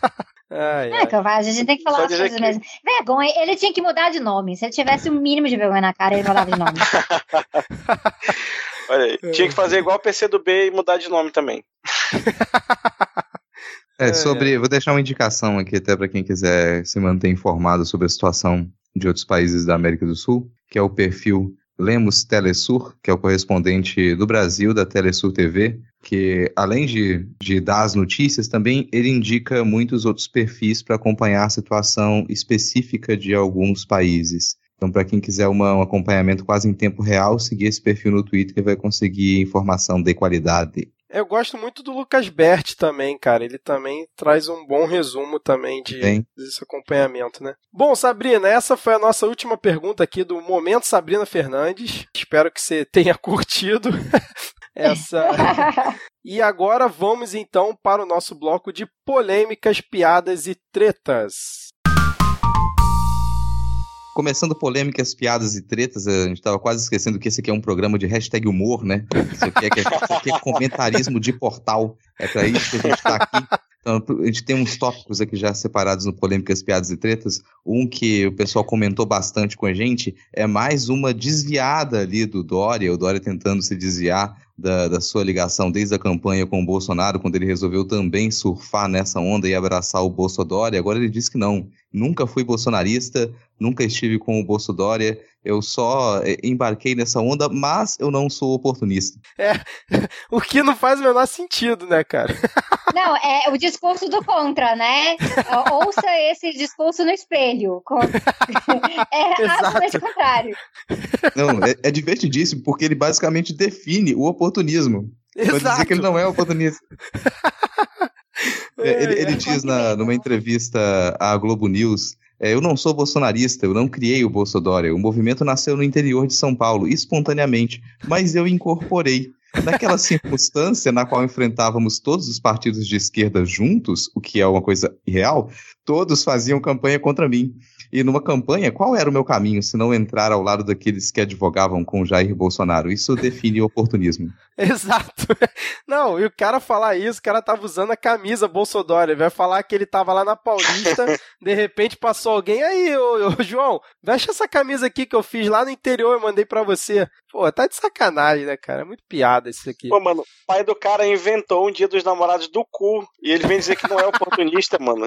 ai, não é covarde, a gente tem que falar as coisas que... mesmo. Vergonha, ele tinha que mudar de nome. Se ele tivesse o mínimo de vergonha na cara, ele mudava de nome. Olha aí, tinha que fazer igual o P C do B e mudar de nome também. É, sobre, vou deixar uma indicação aqui até para quem quiser se manter informado sobre a situação de outros países da América do Sul, que é o perfil Lemos Telesur, que é o correspondente do Brasil da Telesur T V, que além de, de dar as notícias, também ele indica muitos outros perfis para acompanhar a situação específica de alguns países. Então, para quem quiser uma, um acompanhamento quase em tempo real, seguir esse perfil no Twitter e vai conseguir informação de qualidade. Eu gosto muito do Lucas Berti também, cara. Ele também traz um bom resumo também de, desse acompanhamento, né? Bom, Sabrina, essa foi a nossa última pergunta aqui do Momento Sabrina Fernandes. Espero que você tenha curtido. essa... E agora vamos então para o nosso bloco de polêmicas, piadas e tretas. Começando polêmicas, piadas e tretas, a gente estava quase esquecendo que esse aqui é um programa de hashtag humor, né? Isso aqui é, isso aqui é comentarismo de portal. É para isso que a gente está aqui. Então, a gente tem uns tópicos aqui já separados no Polêmicas, Piadas e Tretas. Um que o pessoal comentou bastante com a gente é mais uma desviada ali do Dória, o Dória tentando se desviar da, da sua ligação desde a campanha com o Bolsonaro, quando ele resolveu também surfar nessa onda e abraçar o Bolsodória. Agora ele diz que não, nunca fui bolsonarista, nunca estive com o Bolsodória, eu só embarquei nessa onda, mas eu não sou oportunista. É, o que não faz o menor sentido, né, cara? Não, é o discurso do contra, né? Ouça esse discurso no espelho. É absolutamente o contrário. Não, é, é divertidíssimo, porque ele basicamente define o oportunismo. Exato. Pra dizer que ele não é oportunista. é, ele ele diz na, numa entrevista à Globo News: é, eu não sou bolsonarista, eu não criei o Bolsodória. O movimento nasceu no interior de São Paulo, espontaneamente, mas eu incorporei. Naquela circunstância na qual enfrentávamos todos os partidos de esquerda juntos, o que é uma coisa irreal, todos faziam campanha contra mim. E numa campanha, qual era o meu caminho se não entrar ao lado daqueles que advogavam com Jair Bolsonaro? Isso define oportunismo. Exato. Não, e o cara falar isso, o cara tava usando a camisa Bolsodória, vai falar que ele tava lá na Paulista, de repente passou alguém, aí, ô, ô João, veste essa camisa aqui que eu fiz lá no interior e mandei pra você. Pô, tá de sacanagem, né, cara? É muito piada isso aqui. Pô, mano, o pai do cara inventou um dia dos namorados do cu, e ele vem dizer que não é oportunista, mano.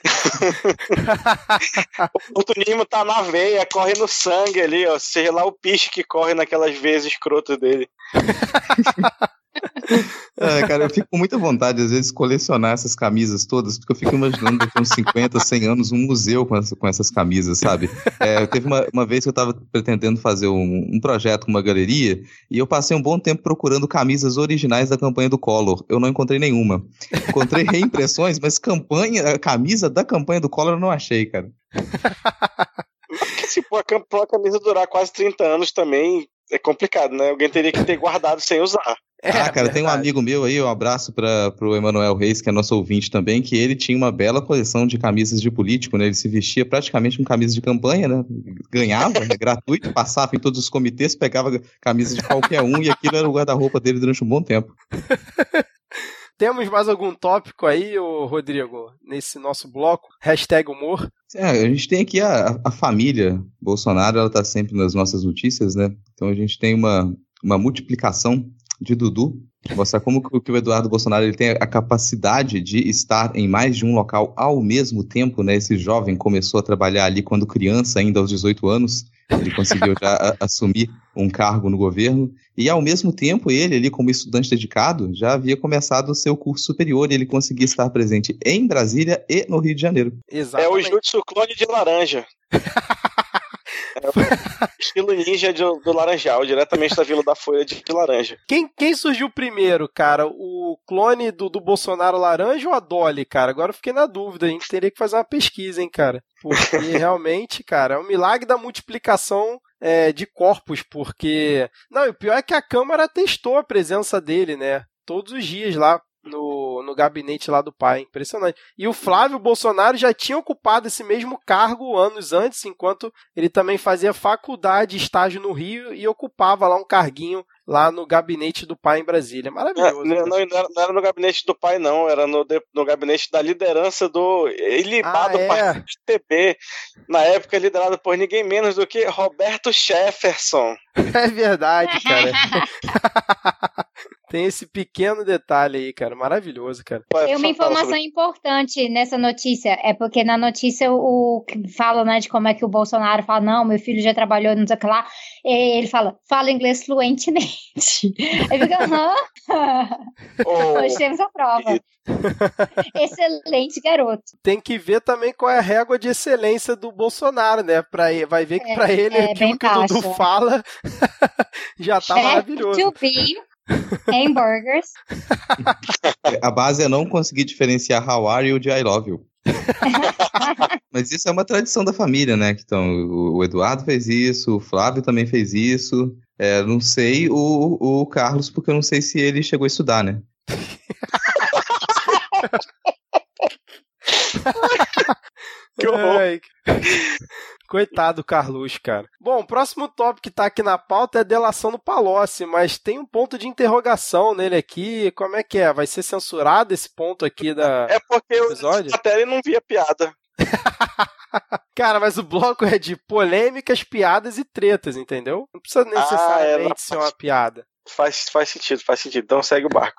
O oportunismo tá na veia, corre no sangue ali, ó, seja lá o piche que corre naquelas veias escrotas dele. É, cara, eu fico com muita vontade, às vezes, de colecionar essas camisas todas, porque eu fico imaginando daqui uns cinquenta, cem anos um museu com, essa, com essas camisas, sabe? É, teve uma, uma vez que eu tava pretendendo fazer um, um projeto com uma galeria, e eu passei um bom tempo procurando camisas originais da campanha do Collor. Eu não encontrei nenhuma. Encontrei reimpressões, mas campanha, a camisa da campanha do Collor eu não achei, cara. Se for a camisa durar quase trinta anos também, é complicado, né? Alguém teria que ter guardado sem usar. É, ah, cara, tem um amigo meu aí, um abraço para pro Emanuel Reis, que é nosso ouvinte também, que ele tinha uma bela coleção de camisas de político, né? Ele se vestia praticamente com camisa de campanha, né? Ganhava, né? Gratuito, passava em todos os comitês, pegava camisa de qualquer um e aquilo era o guarda-roupa dele durante um bom tempo. Temos mais algum tópico aí, ô Rodrigo, nesse nosso bloco? Hashtag humor. É, a gente tem aqui a, a família Bolsonaro, ela tá sempre nas nossas notícias, né? Então a gente tem uma, uma multiplicação de Dudu, mostrar como que o Eduardo Bolsonaro ele tem a capacidade de estar em mais de um local ao mesmo tempo, né? Esse jovem começou a trabalhar ali quando criança, ainda aos dezoito anos, ele conseguiu já a, assumir um cargo no governo, e ao mesmo tempo ele ali como estudante dedicado já havia começado o seu curso superior e ele conseguia estar presente em Brasília e no Rio de Janeiro. Exatamente. É o Jutsu clone de laranja. É o estilo ninja do, do Laranjal, diretamente da Vila da Folha de Laranja. Quem, quem surgiu primeiro, cara? O clone do, do Bolsonaro laranja ou a Dolly, cara? Agora eu fiquei na dúvida, a gente teria que fazer uma pesquisa, hein, cara? Porque realmente, cara, é um milagre da multiplicação é, de corpos, porque... Não, e o pior é que a Câmara testou a presença dele, né? Todos os dias lá. No, no gabinete lá do pai, impressionante. E o Flávio Bolsonaro já tinha ocupado esse mesmo cargo anos antes, enquanto ele também fazia faculdade, estágio no Rio e ocupava lá um carguinho lá no gabinete do pai em Brasília. Maravilhoso. Não, não, não, era, não era no gabinete do pai, não. Era no, no gabinete da liderança do ilibado ah, é. partido T B. Na época, liderado por ninguém menos do que Roberto Jefferson. É verdade, cara. Tem esse pequeno detalhe aí, cara. Maravilhoso, cara. Tem uma informação importante nessa notícia. É porque na notícia o que fala, né, de como é que o Bolsonaro fala, não, meu filho já trabalhou, não sei o que lá. E ele fala, fala inglês fluentemente. Aí fica, aham. Oh. Hoje temos a prova. Excelente, garoto. Tem que ver também qual é a régua de excelência do Bolsonaro, né? Pra, vai ver que é, pra ele é, aquilo que o Dudu fala já tá é, maravilhoso. To be hamburgers. A base é não conseguir diferenciar how are you de I love you. Mas isso é uma tradição da família, né? Então, o Eduardo fez isso, o Flávio também fez isso. É, não sei o, o Carlos, porque eu não sei se ele chegou a estudar, né? Que horror. Ai, coitado do Carlos, cara. Bom, o próximo tópico que tá aqui na pauta é a delação do Palocci, mas tem um ponto de interrogação nele aqui. Como é que é? Vai ser censurado esse ponto aqui da É porque episódio? eu até não via piada. Cara, mas o bloco é de polêmicas, piadas e tretas, entendeu? Não precisa necessariamente ah, é, ser uma piada. Faz, faz sentido, faz sentido. Então segue o barco.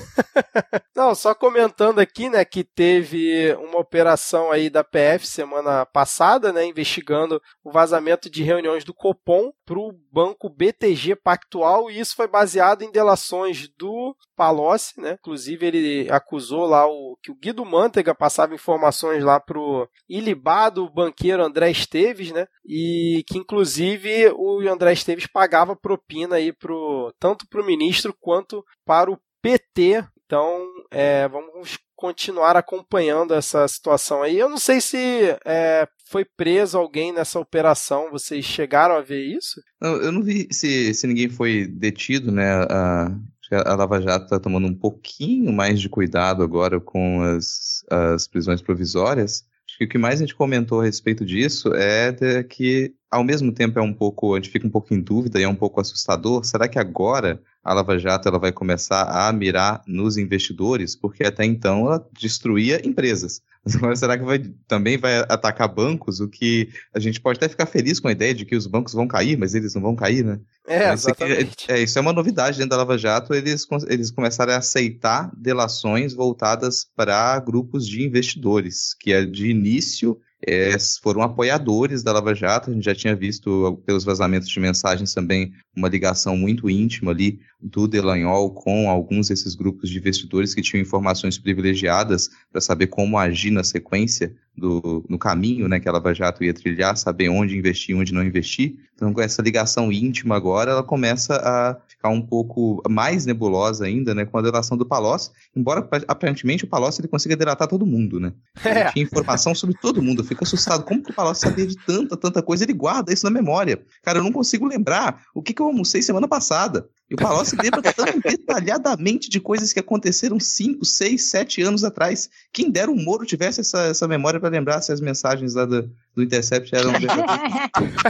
Não, só comentando aqui, né, que teve uma operação aí da P F semana passada, né, investigando o vazamento de reuniões do Copom para o banco B T G Pactual, e isso foi baseado em delações do Palocci, né, inclusive ele acusou lá o, que o Guido Mantega passava informações lá pro ilibado banqueiro André Esteves, né, e que inclusive o André Esteves pagava propina aí pro, tanto para o ministro quanto para o P T. Então, é, vamos continuar acompanhando essa situação aí. Eu não sei se é, foi preso alguém nessa operação. Vocês chegaram a ver isso? Não, eu não vi se, se ninguém foi detido, né? A, a Lava Jato está tomando um pouquinho mais de cuidado agora com as, as prisões provisórias. Acho que o que mais a gente comentou a respeito disso é de que, ao mesmo tempo, é um pouco, a gente fica um pouco em dúvida e é um pouco assustador. Será que agora a Lava Jato ela vai começar a mirar nos investidores? Porque até então ela destruía empresas. Mas agora será que vai, também vai atacar bancos? O que a gente pode até ficar feliz com a ideia de que os bancos vão cair, mas eles não vão cair, né? É, isso exatamente. Aqui, é, isso é uma novidade dentro da Lava Jato. Eles, eles começaram a aceitar delações voltadas para grupos de investidores, que é de início é, foram apoiadores da Lava Jato. A gente já tinha visto pelos vazamentos de mensagens também uma ligação muito íntima ali do Delanhol com alguns desses grupos de investidores que tinham informações privilegiadas para saber como agir na sequência do, no caminho, né, que a Lava Jato ia trilhar, saber onde investir e onde não investir. Então, com essa ligação íntima agora, ela começa a ficar um pouco mais nebulosa ainda, né, com a delação do Palocci, embora aparentemente o Palocci ele consiga delatar todo mundo, né? Ele é. tinha informação sobre todo mundo. Eu fico assustado. Como que o Palocci sabia de tanta, tanta coisa? Ele guarda isso na memória. Cara, eu não consigo lembrar o que, que eu almocei semana passada. E o Palocci lembra tão detalhadamente de coisas que aconteceram cinco, seis, sete anos atrás. Quem dera o Moro tivesse essa, essa memória para lembrar se as mensagens lá do, do Intercept eram verdadeiras.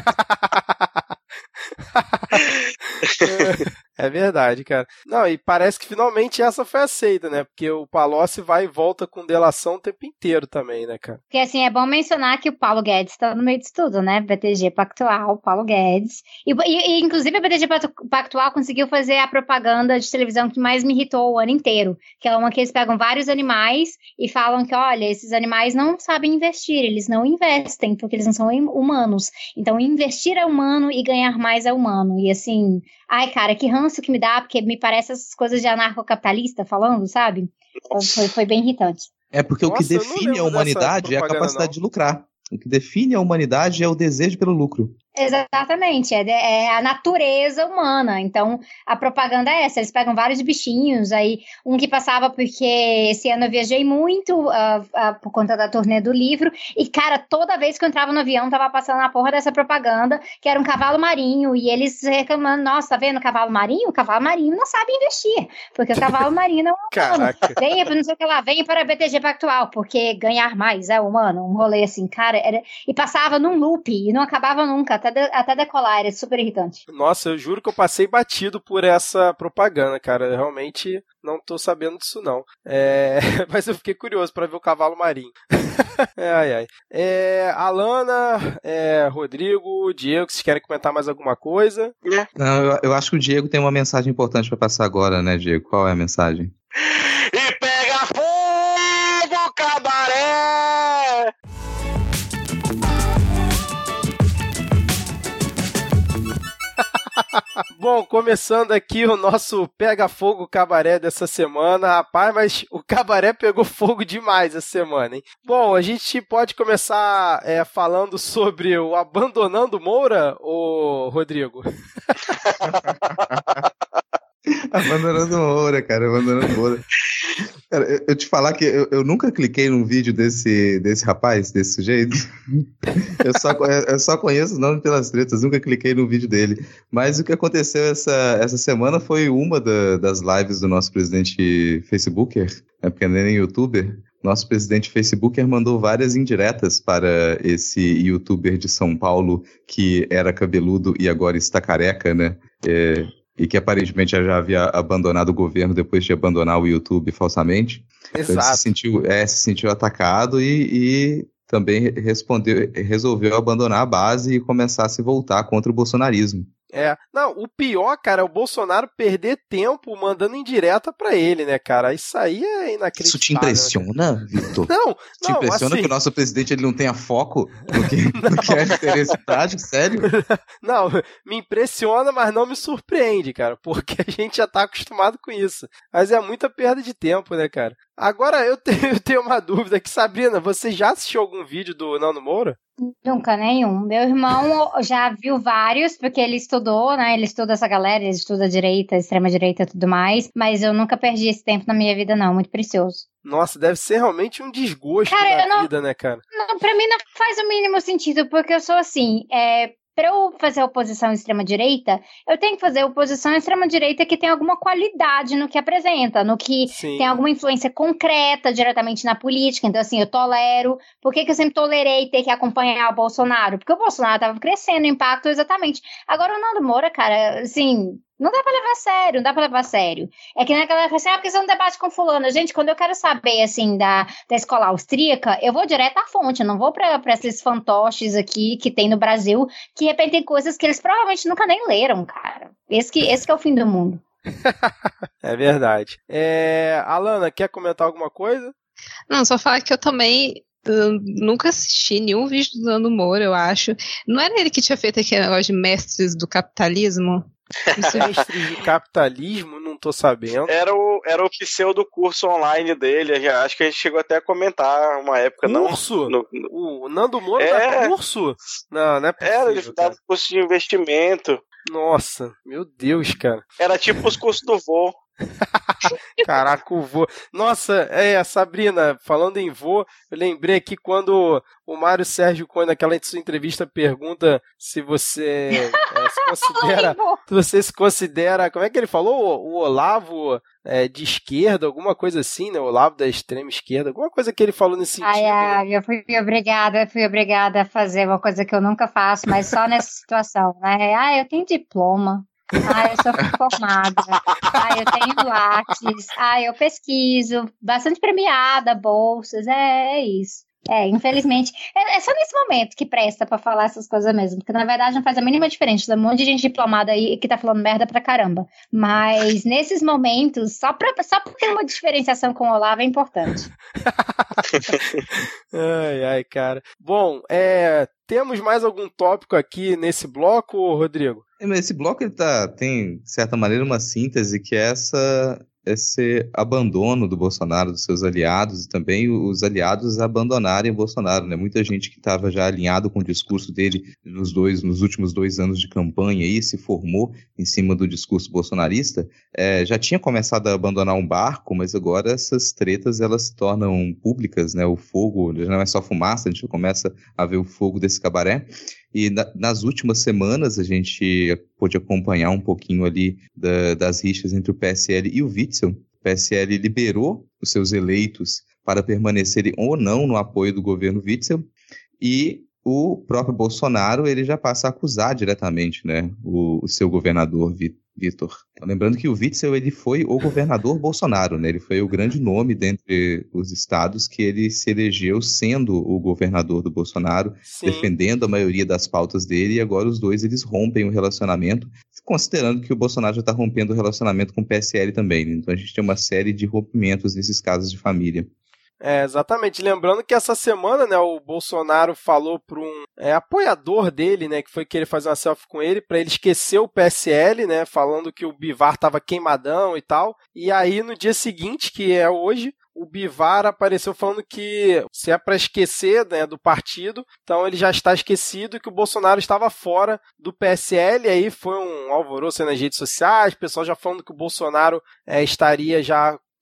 É verdade, cara. Não, e parece que finalmente essa foi aceita, né? Porque o Palocci vai e volta com delação o tempo inteiro também, né, cara? Porque, assim, é bom mencionar que o Paulo Guedes tá no meio disso tudo, né? B T G Pactual, Paulo Guedes. E, e, e inclusive, a B T G Pactual conseguiu fazer a propaganda de televisão que mais me irritou o ano inteiro. Que é uma que eles pegam vários animais e falam que, olha, esses animais não sabem investir, eles não investem, porque eles não são humanos. Então, investir é humano e ganhar mais é humano. E, assim... Ai, cara, que ranço que me dá, porque me parece essas coisas de anarcocapitalista falando, sabe? Foi, foi bem irritante. É porque Nossa, o que define a humanidade é a capacidade não. de lucrar. O que define a humanidade é o desejo pelo lucro. Exatamente, é, de, é a natureza humana. Então, a propaganda é essa. Eles pegam vários bichinhos, aí um que passava porque esse ano eu viajei muito uh, uh, por conta da turnê do livro, e, cara, toda vez que eu entrava no avião, tava passando a porra dessa propaganda, que era um cavalo marinho, e eles reclamando, nossa, tá vendo o cavalo marinho? O cavalo marinho não sabe investir, porque o cavalo marinho não é humano. Venha, não sei o que lá, venha para a B T G Pactual, porque ganhar mais é humano. Um rolê assim, cara, era... e passava num loop, e não acabava nunca, até, de, até decolar, era super irritante. Nossa, eu juro que eu passei batido por essa propaganda, cara. Eu realmente não tô sabendo disso, não. É... Mas eu fiquei curioso pra ver o cavalo marinho. ai, ai. É... Alana, é... Rodrigo, Diego, vocês querem comentar mais alguma coisa? Não, eu, eu acho que o Diego tem uma mensagem importante pra passar agora, né, Diego? Qual é a mensagem? E pega fogo, cabaré! Bom, começando aqui o nosso Pega Fogo Cabaré dessa semana. Rapaz, mas o cabaré pegou fogo demais essa semana, hein? Bom, a gente pode começar é, falando sobre o Abandonando Moura, ô Rodrigo? Abandonando Moura, cara, abandonando Moura. Cara, eu, eu te falar que eu, eu nunca cliquei num vídeo desse, desse rapaz, desse sujeito. eu, só, eu só conheço o nome pelas tretas, nunca cliquei no vídeo dele. Mas o que aconteceu essa, essa semana foi uma da, das lives do nosso presidente Facebooker, né, porque ele é nem youtuber. Nosso presidente Facebooker mandou várias indiretas para esse youtuber de São Paulo que era cabeludo e agora está careca, né? É... E que aparentemente já havia abandonado o governo depois de abandonar o YouTube falsamente. Exato. Então ele se sentiu, é, se sentiu atacado e, e também respondeu, resolveu abandonar a base e começar a se voltar contra o bolsonarismo. É, não, o pior, cara, é o Bolsonaro perder tempo mandando indireta pra ele, né, cara? Isso aí é inacreditável. Isso te impressiona, né, Vitor? Não, não. Te impressiona assim... que o nosso presidente ele não tenha foco no que, no que é interesse prático? Sério? Não, me impressiona, mas não me surpreende, cara, porque a gente já tá acostumado com isso. Mas é muita perda de tempo, né, cara? Agora, eu tenho, eu tenho uma dúvida aqui. Sabrina, você já assistiu algum vídeo do Nando Moura? Nunca, nenhum. Meu irmão já viu vários, porque ele estudou, né? Ele estuda essa galera, ele estuda direita, extrema-direita e tudo mais. Mas eu nunca perdi esse tempo na minha vida, não. Muito precioso. Nossa, deve ser realmente um desgosto cara, na não, vida, né, cara? Não, pra mim não faz o mínimo sentido, porque eu sou assim, é... Para eu fazer oposição à extrema-direita, eu tenho que fazer oposição à extrema-direita que tem alguma qualidade no que apresenta, no que Sim. tem alguma influência concreta diretamente na política. Então, assim, eu tolero. Por que, que eu sempre tolerei ter que acompanhar o Bolsonaro? Porque o Bolsonaro estava crescendo o impacto exatamente. Agora, o Nando Moura, cara, assim... Não dá pra levar a sério, não dá pra levar a sério. É que na galera fala assim, ah, porque você não debate com fulano. Gente, quando eu quero saber, assim, da, da escola austríaca, eu vou direto à fonte, eu não vou pra, pra esses fantoches aqui que tem no Brasil, que repetem coisas que eles provavelmente nunca nem leram, cara. Esse que, esse que é o fim do mundo. É verdade. É... Alana, quer comentar alguma coisa? Não, só falar que eu também... Eu nunca assisti nenhum vídeo do Nando Moura, eu acho. Não era ele que tinha feito aquele negócio de mestres do capitalismo? Mestres do capitalismo? Não tô sabendo. Era o, era o pseudo curso online dele. Acho que a gente chegou até a comentar uma época. Curso? Não, no, o Nando Moura é, dá curso? Não, não é possível. Era, ele dava curso de investimento. Nossa, meu Deus, cara. Era tipo os cursos do vô. Caraca, o vô. Nossa, é, Sabrina, falando em vô, eu lembrei aqui quando o Mário Sérgio Coelho, naquela sua entrevista, pergunta se você é, se considera. se você se considera. Como é que ele falou? O, o Olavo é, de esquerda, alguma coisa assim, né? O Olavo da extrema esquerda, alguma coisa que ele falou nesse sentido. Ai, ai, eu fui obrigada, fui obrigada a fazer uma coisa que eu nunca faço, mas só nessa situação, né? Ah, eu tenho diploma. Ah, eu sou formada. Ah, eu tenho Lattes. Ah, eu pesquiso. Bastante premiada, bolsas. É, é isso. É, infelizmente. É, é só nesse momento que presta pra falar essas coisas mesmo. Porque na verdade não faz a mínima diferença. Tem um monte de gente diplomada aí que tá falando merda pra caramba. Mas nesses momentos, só, pra, só pra ter uma diferenciação com o Olavo é importante. Ai, ai, cara. Bom, é. Temos mais algum tópico aqui nesse bloco, Rodrigo? Esse bloco ele tá, tem, de certa maneira, uma síntese que é essa, esse abandono do Bolsonaro, dos seus aliados, e também os aliados abandonarem o Bolsonaro, né? Muita gente que estava já alinhado com o discurso dele nos, dois, nos últimos dois anos de campanha e se formou em cima do discurso bolsonarista, é, já tinha começado a abandonar um barco, mas agora essas tretas elas se tornam públicas, né? O fogo já não é só fumaça, a gente começa a ver o fogo desse cabaré. E na, nas últimas semanas a gente pôde acompanhar um pouquinho ali da, das rixas entre o P S L e o Witzel. O P S L liberou os seus eleitos para permanecerem ou não no apoio do governo Witzel, e o próprio Bolsonaro ele já passa a acusar diretamente, né, o, o seu governador Vitor. Lembrando que o Witzel ele foi o governador Bolsonaro, né? Ele foi o grande nome dentre os estados que ele se elegeu sendo o governador do Bolsonaro, Sim. defendendo a maioria das pautas dele, e agora os dois eles rompem o relacionamento, considerando que o Bolsonaro já está rompendo o relacionamento com o P S L também, né? Então a gente tem uma série de rompimentos nesses casos de família. É, exatamente. Lembrando que essa semana, né, o Bolsonaro falou para um é, apoiador dele, né, que foi querer fazer uma selfie com ele, para ele esquecer o P S L, né, falando que o Bivar estava queimadão e tal. E aí, no dia seguinte, que é hoje, o Bivar apareceu falando que se é para esquecer, né, do partido, então ele já está esquecido, que o Bolsonaro estava fora do P S L. E aí foi um alvoroço nas redes sociais, o pessoal já falando que o Bolsonaro é, estaria já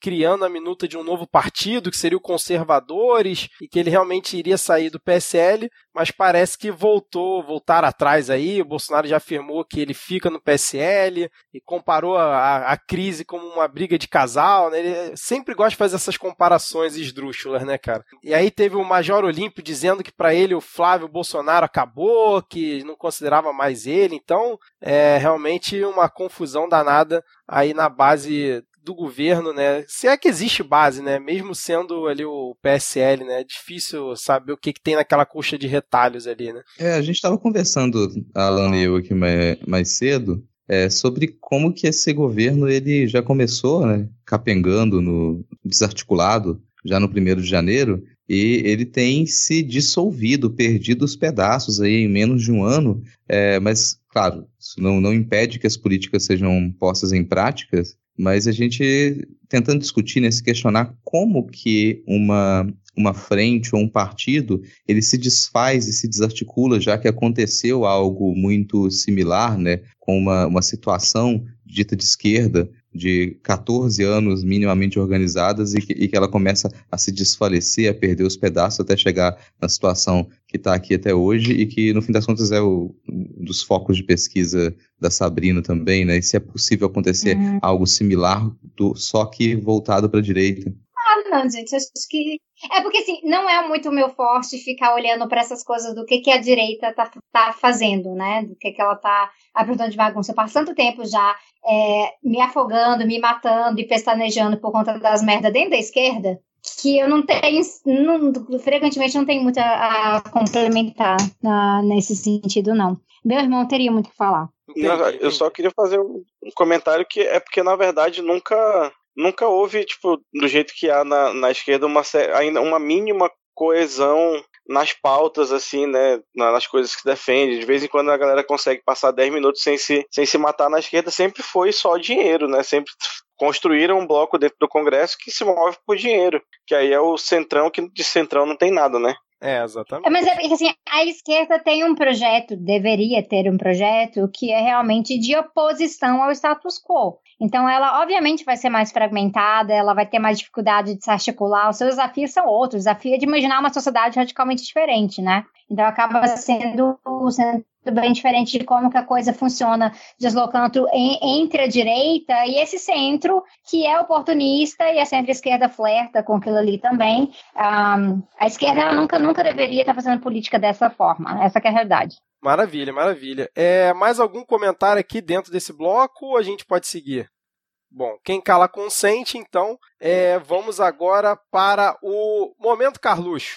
criando a minuta de um novo partido, que seria o Conservadores, e que ele realmente iria sair do P S L, mas parece que voltou, voltar atrás aí. O Bolsonaro já afirmou que ele fica no P S L e comparou a, a, a crise como uma briga de casal, né? Ele sempre gosta de fazer essas comparações esdrúxulas, né, cara? E aí teve o Major Olímpio dizendo que para ele o Flávio Bolsonaro acabou, que não considerava mais ele. Então, é realmente uma confusão danada aí na base do governo, né? Se é que existe base, né? Mesmo sendo ali o P S L, né? É difícil saber o que, que tem naquela coxa de retalhos ali, né? É, a gente estava conversando, Alan e eu aqui mais, mais cedo, é, sobre como que esse governo ele já começou, né? Capengando, no desarticulado, já no primeiro de janeiro, e ele tem se dissolvido, perdido os pedaços aí em menos de um ano, é, mas, claro, isso não, não impede que as políticas sejam postas em práticas, mas a gente tentando discutir, né, se questionar como que uma, uma frente ou um partido, ele se desfaz e se desarticula, já que aconteceu algo muito similar, né, com uma, uma situação dita de esquerda, de catorze anos minimamente organizadas e que, e que ela começa a se desfalecer, a perder os pedaços até chegar na situação que está aqui até hoje e que, no fim das contas, é o, um dos focos de pesquisa da Sabrina também, né? E se é possível acontecer uhum. algo similar, do, só que voltado para a direita. Ah, não, gente, acho que... É porque, assim, não é muito o meu forte ficar olhando para essas coisas do que, que a direita tá, tá fazendo, né? Do que, que ela tá aprontando de bagunça. Eu passo tanto tempo já é, me afogando, me matando e pestanejando por conta das merdas dentro da esquerda, que eu não tenho, não, frequentemente não tenho muito a, a complementar na, nesse sentido, não. Meu irmão teria muito o que falar. Não, eu só queria fazer um comentário que é porque, na verdade, nunca... Nunca houve, tipo, do jeito que há na, na esquerda, uma, ainda uma mínima coesão nas pautas, assim, né, nas coisas que defende. De vez em quando a galera consegue passar dez minutos sem se, sem se matar. Na esquerda sempre foi só dinheiro, né, sempre construíram um bloco dentro do Congresso que se move por dinheiro, que aí é o centrão, que de centrão não tem nada, né. É, exatamente. É, mas é porque, assim, a esquerda tem um projeto, deveria ter um projeto, que é realmente de oposição ao status quo. Então, ela, obviamente, vai ser mais fragmentada, ela vai ter mais dificuldade de se articular, os seus desafios são outros, o desafio é de imaginar uma sociedade radicalmente diferente, né? Então, acaba sendo, sendo bem diferente de como que a coisa funciona, deslocando em, entre a direita e esse centro, que é oportunista, e a centro-esquerda flerta com aquilo ali também. Um, a esquerda ela nunca, nunca deveria estar fazendo política dessa forma, essa que é a realidade. Maravilha, maravilha. É, mais algum comentário aqui dentro desse bloco ou a gente pode seguir? Bom, quem cala consente, então é, vamos agora para o Momento Carluxo.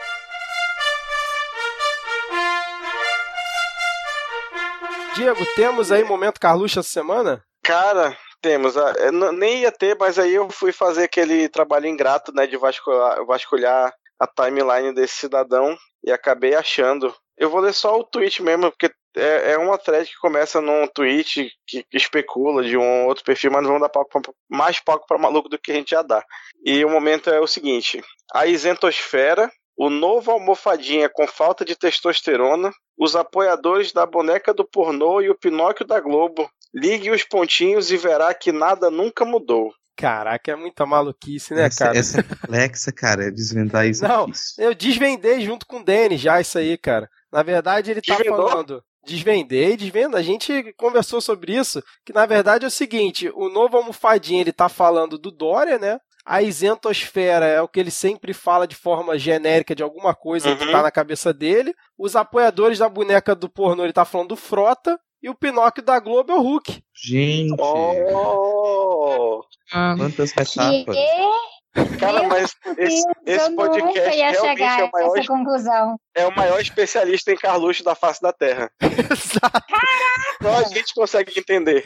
Diego, temos aí Momento Carluxo essa semana? Cara, temos. Eu nem ia ter, mas aí eu fui fazer aquele trabalho ingrato, né, de vasculhar, vasculhar a timeline desse cidadão e acabei achando. Eu vou ler só o tweet mesmo, porque é, é uma thread que começa num tweet que, que especula de um outro perfil, mas não vão dar palco pra, mais palco para maluco do que a gente já dá. E o momento é o seguinte: a isentosfera, o novo almofadinha com falta de testosterona, os apoiadores da boneca do pornô e o Pinóquio da Globo. Ligue os pontinhos e verá que nada nunca mudou. Caraca, é muita maluquice, né, essa, cara? Essa é complexa, cara, desvendar isso. Não, difícil. Eu desvendei junto com o Denis já isso aí, cara. Na verdade, ele tá Desvendou? falando... Desvendei, desvendo. A gente conversou sobre isso, que na verdade é o seguinte, o novo almofadinha, ele tá falando do Dória, né? A isentosfera é o que ele sempre fala de forma genérica de alguma coisa uhum. que tá na cabeça dele. Os apoiadores da boneca do pornô, ele tá falando do Frota. E o Pinóquio da Globo é o Hulk. Gente! Oh! Quantas metáforas! Cara, mas esse, esse podcast realmente é o, maior, conclusão. é o maior especialista em Carluxo da face da Terra. Exato! Só a gente consegue entender.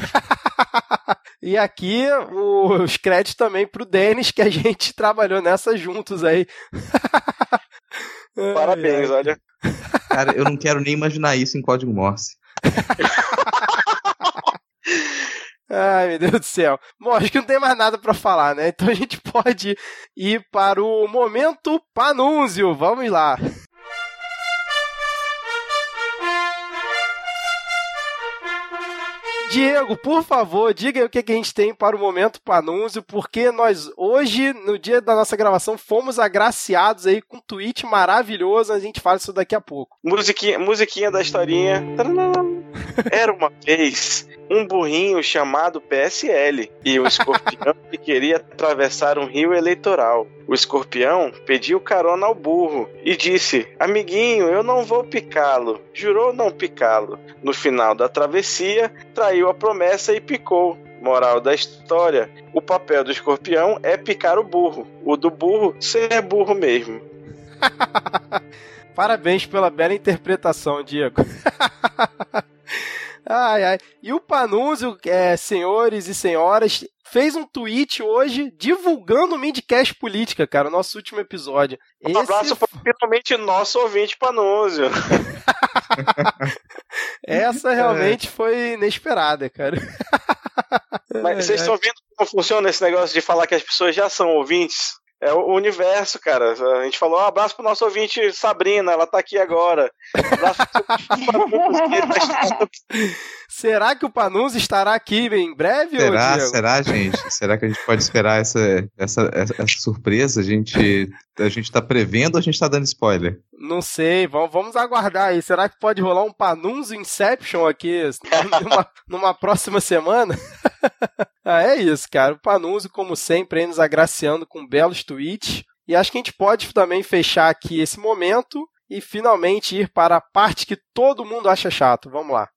E aqui os créditos também pro Denis, que a gente trabalhou nessa juntos aí. Parabéns, ai, ai. Olha. Cara, eu não quero nem imaginar isso em código Morse. Ai, meu Deus do céu. Bom, acho que não tem mais nada pra falar, né? Então a gente pode ir para o Momento Panúncio. Vamos lá. Diego, por favor, diga aí o que, que a gente tem para o Momento Panúncio, porque nós hoje, no dia da nossa gravação, fomos agraciados aí com um tweet maravilhoso, a gente fala isso daqui a pouco. Musiquinha, musiquinha da historinha. Era uma vez um burrinho chamado P S L e um escorpião que queria atravessar um rio eleitoral. O escorpião pediu carona ao burro e disse: amiguinho, eu não vou picá-lo. Jurou não picá-lo. No final da travessia, traiu a promessa e picou. Moral da história: o papel do escorpião é picar o burro. O do burro, ser é burro mesmo. Parabéns pela bela interpretação, Diego. Ai, ai. E o Panúncio, é, senhores e senhoras, fez um tweet hoje divulgando o Midcast Política, cara, o nosso último episódio. Um Esse... abraço para finalmente nosso ouvinte Panúncio. Essa realmente foi inesperada, cara. Mas vocês estão vendo como funciona esse negócio de falar que as pessoas já são ouvintes? É o universo, cara. A gente falou, um abraço pro nosso ouvinte Sabrina, ela tá aqui agora. Será que o Panúncio estará aqui em breve? Será, Diego? será, gente? Será que a gente pode esperar essa, essa, essa, essa surpresa? A gente, a gente tá prevendo ou a gente tá dando spoiler? Não sei, vamos, vamos aguardar aí. Será que pode rolar um Panúncio Inception aqui numa, numa próxima semana? Ah, é isso, cara. O Panúncio, como sempre, aí nos agraciando com belos tweets. E acho que a gente pode também fechar aqui esse momento e finalmente ir para a parte que todo mundo acha chato. Vamos lá.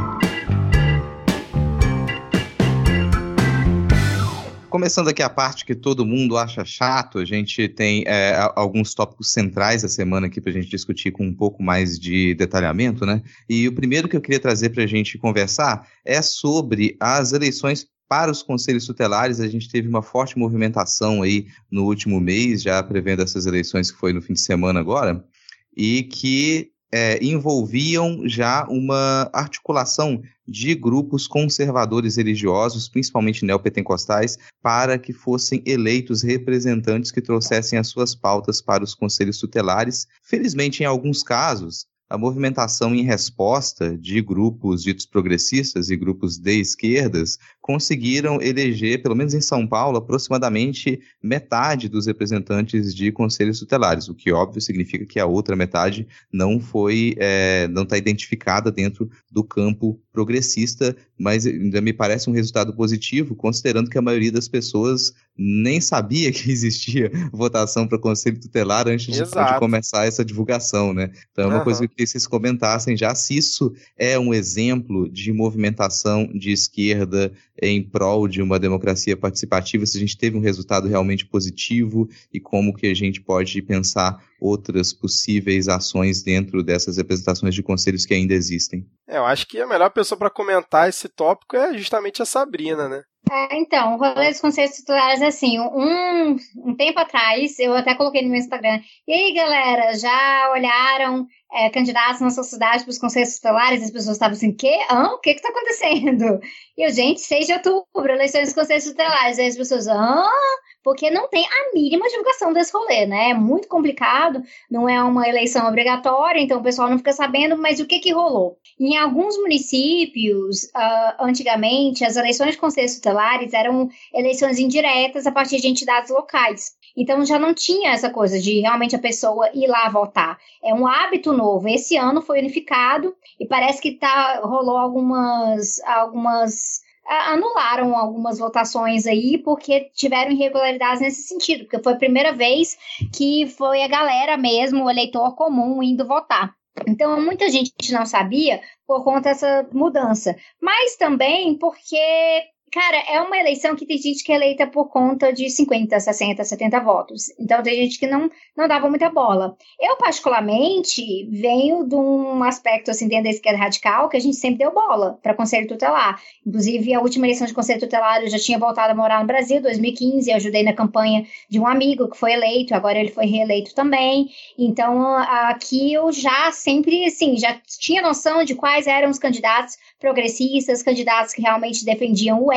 Começando aqui a parte que todo mundo acha chato, a gente tem é, alguns tópicos centrais da semana aqui para a gente discutir com um pouco mais de detalhamento, né? E o primeiro que eu queria trazer para a gente conversar é sobre as eleições para os conselhos tutelares. A gente teve uma forte movimentação aí no último mês, já prevendo essas eleições que foi no fim de semana agora, e que é, envolviam já uma articulação de grupos conservadores religiosos, principalmente neopentecostais, para que fossem eleitos representantes que trouxessem as suas pautas para os conselhos tutelares. Felizmente, em alguns casos, a movimentação em resposta de grupos ditos progressistas e grupos de esquerdas conseguiram eleger, pelo menos em São Paulo, aproximadamente metade dos representantes de conselhos tutelares, o que, óbvio, significa que a outra metade não foi, é, não está identificada dentro do campo progressista, mas ainda me parece um resultado positivo, considerando que a maioria das pessoas nem sabia que existia votação para conselho tutelar antes de, de começar essa divulgação, né? Então é uma uhum. coisa que eu queria que vocês comentassem já, se isso é um exemplo de movimentação de esquerda em prol de uma democracia participativa, se a gente teve um resultado realmente positivo e como que a gente pode pensar outras possíveis ações dentro dessas representações de conselhos que ainda existem. É, eu acho que a melhor pessoa para comentar esse tópico é justamente a Sabrina, né? É, então, o rolê dos conselhos tutelares é assim, um, um tempo atrás, eu até coloquei no meu Instagram, e aí galera, já olharam é, candidatos na sua cidade para os conselhos tutelares? As pessoas estavam assim, quê? Ah, o que que tá acontecendo? E eu, gente, seis de outubro, eleições dos conselhos tutelares, aí as pessoas, ah... porque não tem a mínima divulgação desse rolê, né? É muito complicado, não é uma eleição obrigatória, então o pessoal não fica sabendo, mas o que que rolou? Em alguns municípios, uh, antigamente, as eleições de conselhos tutelares eram eleições indiretas a partir de entidades locais. Então já não tinha essa coisa de realmente a pessoa ir lá votar. É um hábito novo. Esse ano foi unificado e parece que tá, rolou algumas... algumas anularam algumas votações aí porque tiveram irregularidades nesse sentido, porque foi a primeira vez que foi a galera mesmo, o eleitor comum, indo votar. Então, muita gente não sabia por conta dessa mudança. Mas também porque, cara, é uma eleição que tem gente que é eleita por conta de cinquenta, sessenta, setenta votos. Então, tem gente que não, não dava muita bola. Eu, particularmente, venho de um aspecto, assim, dentro da esquerda radical, que a gente sempre deu bola para conselho tutelar. Inclusive, a última eleição de conselho tutelar, eu já tinha voltado a morar no Brasil, em dois mil e quinze, eu ajudei na campanha de um amigo que foi eleito, agora ele foi reeleito também. Então, aqui eu já sempre, assim, já tinha noção de quais eram os candidatos progressistas, candidatos que realmente defendiam o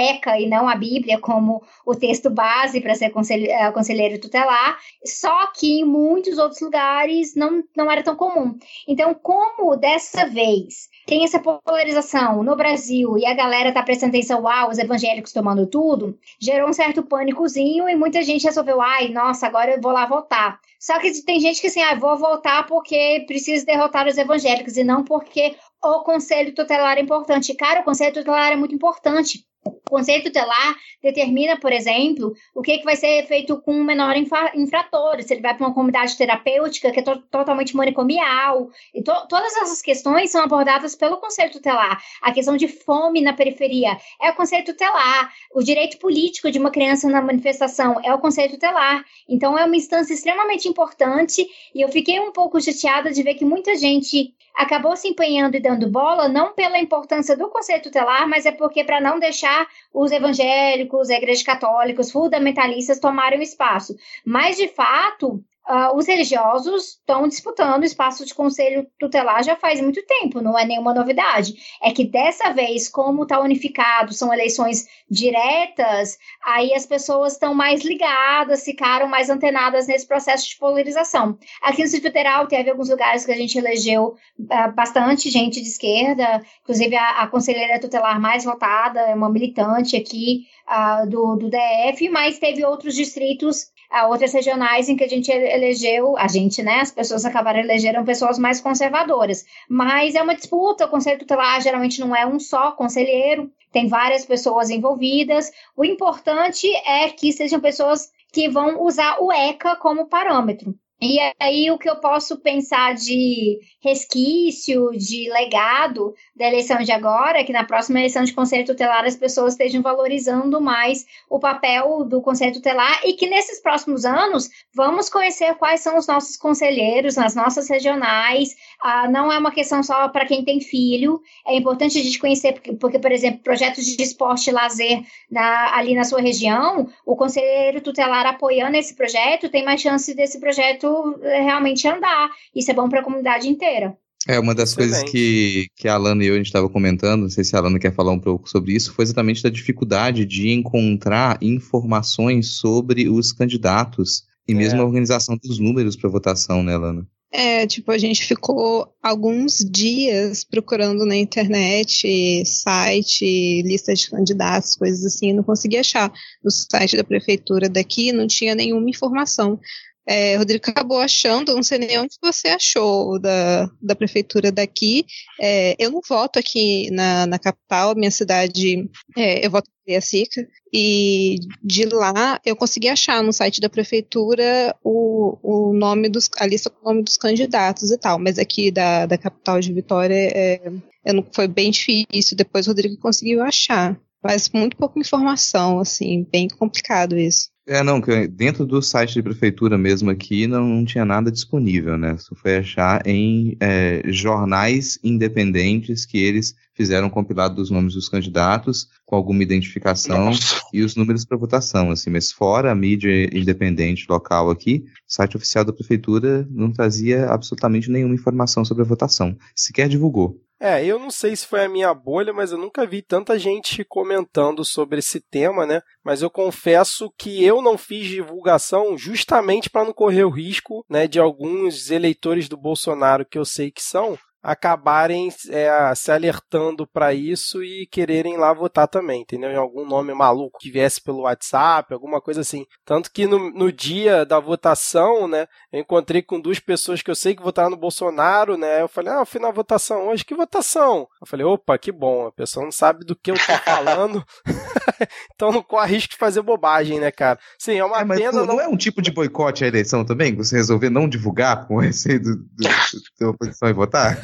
ECA e não a Bíblia como o texto base para ser conselheiro, conselheiro tutelar, só que em muitos outros lugares não, não era tão comum. Então, como dessa vez tem essa polarização no Brasil e a galera tá prestando atenção, uau, os evangélicos tomando tudo, gerou um certo pânicozinho e muita gente resolveu, ai, nossa, agora eu vou lá votar. Só que tem gente que assim, ah, vou votar porque preciso derrotar os evangélicos e não porque o Conselho Tutelar é importante. Cara, o Conselho Tutelar é muito importante. O Conselho Tutelar determina, por exemplo, o que, que vai ser feito com o menor infra- infrator, se ele vai para uma comunidade terapêutica que é to- totalmente manicomial. E to- todas essas questões são abordadas pelo Conselho Tutelar. A questão de fome na periferia é o Conselho Tutelar. O direito político de uma criança na manifestação é o Conselho Tutelar. Então, é uma instância extremamente importante e eu fiquei um pouco chateada de ver que muita gente acabou se empenhando e dando bola, não pela importância do Conselho Tutelar, mas é porque para não deixar os evangélicos, a igreja católicos, fundamentalistas tomarem o espaço. Mas, de fato, Uh, os religiosos estão disputando o espaço de conselho tutelar já faz muito tempo, não é nenhuma novidade. É que dessa vez, como está unificado, são eleições diretas, aí as pessoas estão mais ligadas, ficaram mais antenadas nesse processo de polarização. Aqui no Distrito Federal teve alguns lugares que a gente elegeu uh, bastante gente de esquerda, inclusive a, a conselheira tutelar mais votada, é uma militante aqui uh, do, do D F, mas teve outros distritos, uh, outras regionais em que a gente elegeu, a gente, né, as pessoas acabaram elegeram pessoas mais conservadoras, mas é uma disputa, o Conselho Tutelar geralmente não é um só conselheiro, tem várias pessoas envolvidas, o importante é que sejam pessoas que vão usar o ECA como parâmetro. E aí o que eu posso pensar de resquício, de legado da eleição de agora, é que na próxima eleição de Conselho Tutelar as pessoas estejam valorizando mais o papel do Conselho Tutelar e que nesses próximos anos vamos conhecer quais são os nossos conselheiros nas nossas regionais. Ah, não é uma questão só para quem tem filho, é importante a gente conhecer, porque, porque por exemplo, projetos de esporte e lazer na, ali na sua região, o conselheiro tutelar apoiando esse projeto tem mais chance desse projeto realmente andar. Isso é bom para a comunidade inteira. É, uma das Excelente. coisas que, que a Alana e eu a gente estava comentando, não sei se a Alana quer falar um pouco sobre isso, foi exatamente da dificuldade de encontrar informações sobre os candidatos e é. mesmo a organização dos números para votação, né, Alana? É, tipo, a gente ficou alguns dias procurando na internet, site, lista de candidatos, coisas assim, não conseguia achar. No site da prefeitura daqui não tinha nenhuma informação. É, Rodrigo acabou achando, não sei nem onde você achou da, da prefeitura daqui. É, eu não voto aqui na, na capital, minha cidade, é, eu voto em Cariacica, e de lá eu consegui achar no site da prefeitura o, o nome dos, a lista com o nome dos candidatos e tal, mas aqui da, da capital de Vitória é, é, não, foi bem difícil, depois o Rodrigo conseguiu achar, mas muito pouca informação, assim, bem complicado isso. É, não, que dentro do site de prefeitura mesmo aqui não, não tinha nada disponível, né? Só foi achar em é, jornais independentes que eles fizeram compilado dos nomes dos candidatos com alguma identificação Nossa. e os números para votação, assim. Mas fora a mídia independente local aqui, o site oficial da prefeitura não trazia absolutamente nenhuma informação sobre a votação. Sequer divulgou. É, eu não sei se foi a minha bolha, mas eu nunca vi tanta gente comentando sobre esse tema, né? Mas eu confesso que eu não fiz divulgação justamente para não correr o risco, né, de alguns eleitores do Bolsonaro, que eu sei que são, acabarem é, se alertando para isso e quererem lá votar também, entendeu? Em algum nome maluco que viesse pelo WhatsApp, alguma coisa assim. Tanto que no, no dia da votação, né, eu encontrei com duas pessoas que eu sei que votaram no Bolsonaro, né? Eu falei, ah, eu fui na votação hoje, que votação? Eu falei, opa, que bom, a pessoa não sabe do que eu tô falando, então não corre risco de fazer bobagem, né, cara? Sim, é uma é, mas pena... Não, não... não é um tipo de boicote à eleição também? Você resolver não divulgar com receio da oposição e votar?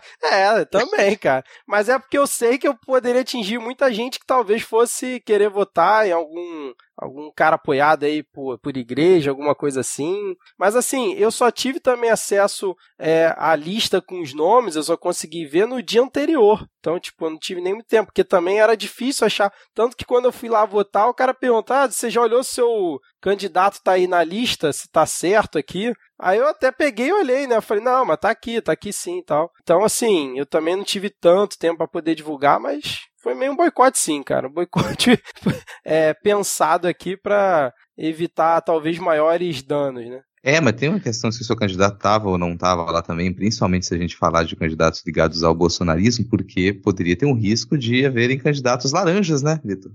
É, também, cara. Mas é porque eu sei que eu poderia atingir muita gente que talvez fosse querer votar em algum, algum cara apoiado aí por, por igreja, alguma coisa assim. Mas assim, eu só tive também acesso é, à lista com os nomes, eu só consegui ver no dia anterior. Então, tipo, eu não tive nem muito tempo, porque também era difícil achar. Tanto que quando eu fui lá votar, o cara perguntou, ah, você já olhou se o seu candidato tá aí na lista, se tá certo aqui? Aí eu até peguei e olhei, né? Eu falei, não, mas tá aqui, tá aqui sim e tal. Então, assim, eu também não tive tanto tempo pra poder divulgar, mas foi meio um boicote sim, cara. Um boicote é, pensado aqui pra evitar, talvez, maiores danos, né? É, mas tem uma questão se o seu candidato estava ou não estava lá também, principalmente se a gente falar de candidatos ligados ao bolsonarismo, porque poderia ter um risco de haverem candidatos laranjas, né, Vitor?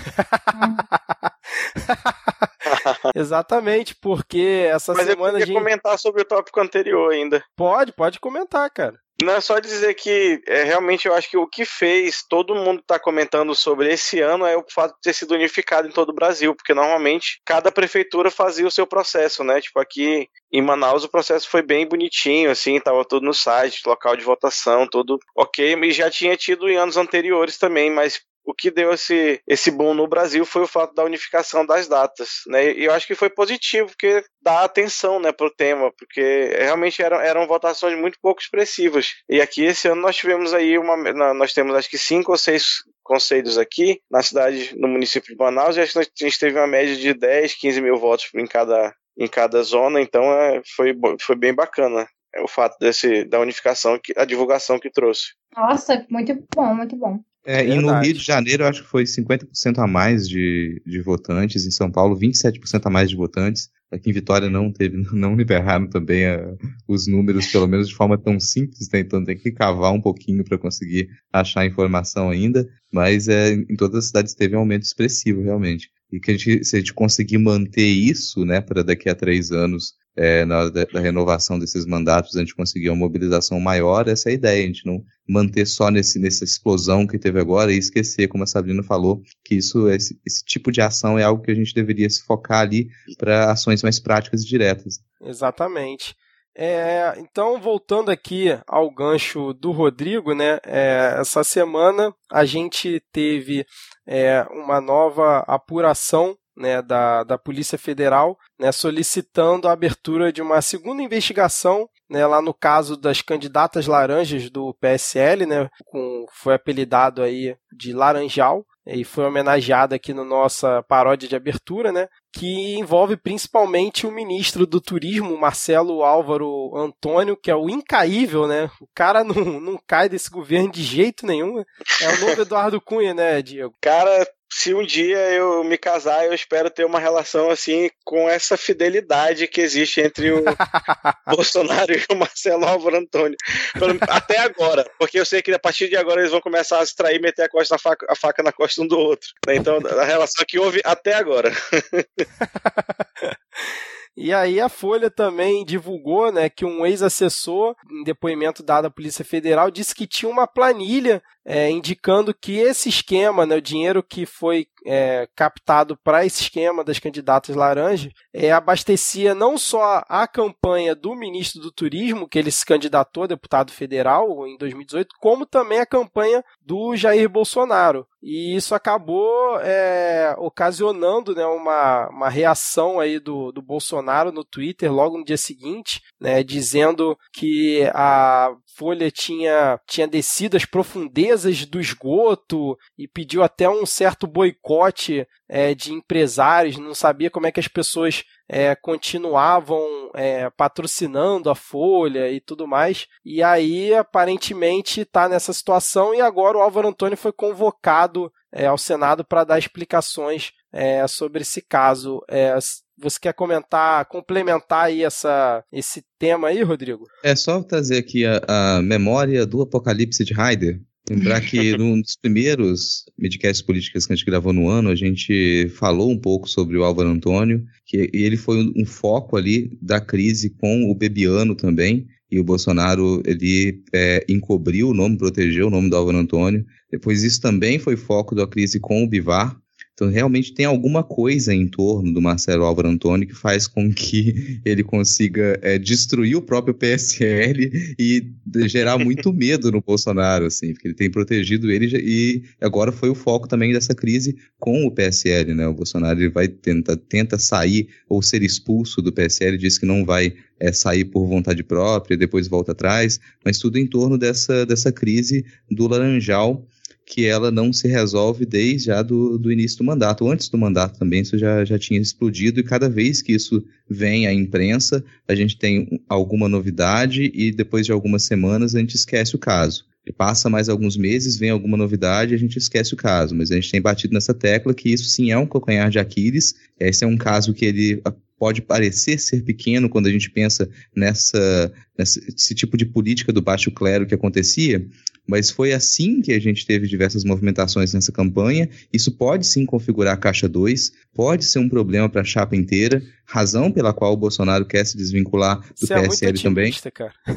Exatamente, porque essa mas semana eu a gente... comentar sobre o tópico anterior ainda. Pode, pode comentar, cara. Não, é só dizer que é, realmente eu acho que o que fez todo mundo estar tá comentando sobre esse ano é o fato de ter sido unificado em todo o Brasil, porque normalmente cada prefeitura fazia o seu processo, né? Tipo, aqui em Manaus o processo foi bem bonitinho, assim, tava tudo no site, local de votação, tudo ok, mas já tinha tido em anos anteriores também, mas o que deu esse, esse boom no Brasil foi o fato da unificação das datas, né? E eu acho que foi positivo, porque dá atenção, né, pro tema, porque realmente eram, eram votações muito pouco expressivas. E aqui esse ano nós tivemos aí uma, nós temos acho que cinco ou seis conselhos aqui na cidade, no município de Manaus, e acho que a gente teve uma média de dez, quinze mil votos em cada, em cada zona, então é, foi, foi bem bacana. É o fato desse, da unificação, a divulgação que trouxe. Nossa, muito bom, muito bom. É, e no Rio de Janeiro, eu acho que foi cinquenta por cento a mais de, de votantes. Em São Paulo, vinte e sete por cento a mais de votantes. Aqui em Vitória não teve, não liberaram também a, os números, pelo menos de forma tão simples, né? Então tem que cavar um pouquinho para conseguir achar a informação ainda. Mas é, em todas as cidades teve um aumento expressivo, realmente. E que a gente, se a gente conseguir manter isso, né, para daqui a três anos, é, na hora da, da renovação desses mandatos, a gente conseguir uma mobilização maior, essa é a ideia, a gente não manter só nesse, nessa explosão que teve agora e esquecer, como a Sabrina falou, que isso, esse, esse tipo de ação é algo que a gente deveria se focar ali para ações mais práticas e diretas. Exatamente. É, então, voltando aqui ao gancho do Rodrigo, né, é, essa semana a gente teve é, uma nova apuração, né, da, da Polícia Federal, né, solicitando a abertura de uma segunda investigação, né, lá no caso das candidatas laranjas do P S L, né, com, foi apelidado aí de Laranjal, e foi homenageado aqui na nossa paródia de abertura, né, que envolve principalmente o ministro do Turismo, Marcelo Álvaro Antônio, que é o incaível, né? O cara não, não cai desse governo de jeito nenhum. É o novo Eduardo Cunha, né, Diego? Cara, se um dia eu me casar, eu espero ter uma relação assim com essa fidelidade que existe entre o Bolsonaro e o Marcelo Álvaro Antônio. Até agora, porque eu sei que a partir de agora eles vão começar a se trair e meter a, costa na faca, a faca na costa um do outro. Então, a relação que houve até agora. E aí a Folha também divulgou, né, que um ex-assessor, em depoimento dado à Polícia Federal, disse que tinha uma planilha é, indicando que esse esquema, né, o dinheiro que foi é, captado para esse esquema das candidatas laranjas, é, abastecia não só a campanha do ministro do Turismo, que ele se candidatou a deputado federal em dois mil e dezoito, como também a campanha do Jair Bolsonaro. E isso acabou é, ocasionando, né, uma, uma reação aí do, do Bolsonaro no Twitter logo no dia seguinte, né, dizendo que a Folha tinha, tinha descido as profundezas do esgoto e pediu até um certo boicote é, de empresários, não sabia como é que as pessoas é, continuavam é, patrocinando a Folha e tudo mais. E aí, aparentemente, está nessa situação e agora o Álvaro Antônio foi convocado é, ao Senado para dar explicações é, sobre esse caso. É, Você quer comentar, complementar aí essa, esse tema aí, Rodrigo? É só trazer aqui a, a memória do Apocalipse de Heider. Lembrar que num dos primeiros Midcasts Políticas que a gente gravou no ano, a gente falou um pouco sobre o Álvaro Antônio, que e ele foi um, um foco ali da crise com o Bebiano também, e o Bolsonaro, ele é, encobriu o nome, protegeu o nome do Álvaro Antônio. Depois isso também foi foco da crise com o Bivar. Então, realmente tem alguma coisa em torno do Marcelo Álvaro Antônio que faz com que ele consiga é, destruir o próprio P S L e gerar muito medo no Bolsonaro, assim, porque ele tem protegido ele e agora foi o foco também dessa crise com o P S L, né? O Bolsonaro ele vai tenta, tenta sair ou ser expulso do P S L, diz que não vai é, sair por vontade própria, depois volta atrás, mas tudo em torno dessa, dessa crise do Laranjal, que ela não se resolve desde já do, do início do mandato. Antes do mandato também isso já, já tinha explodido, e cada vez que isso vem à imprensa, a gente tem alguma novidade e depois de algumas semanas a gente esquece o caso. E passa mais alguns meses, vem alguma novidade e a gente esquece o caso. Mas a gente tem batido nessa tecla que isso sim é um calcanhar de Aquiles. Esse é um caso que ele pode parecer ser pequeno quando a gente pensa nessa, nesse tipo de política do baixo clero que acontecia, mas foi assim que a gente teve diversas movimentações nessa campanha. Isso pode sim configurar a caixa dois, pode ser um problema para a chapa inteira, razão pela qual o Bolsonaro quer se desvincular do Você P S L é também. Cara.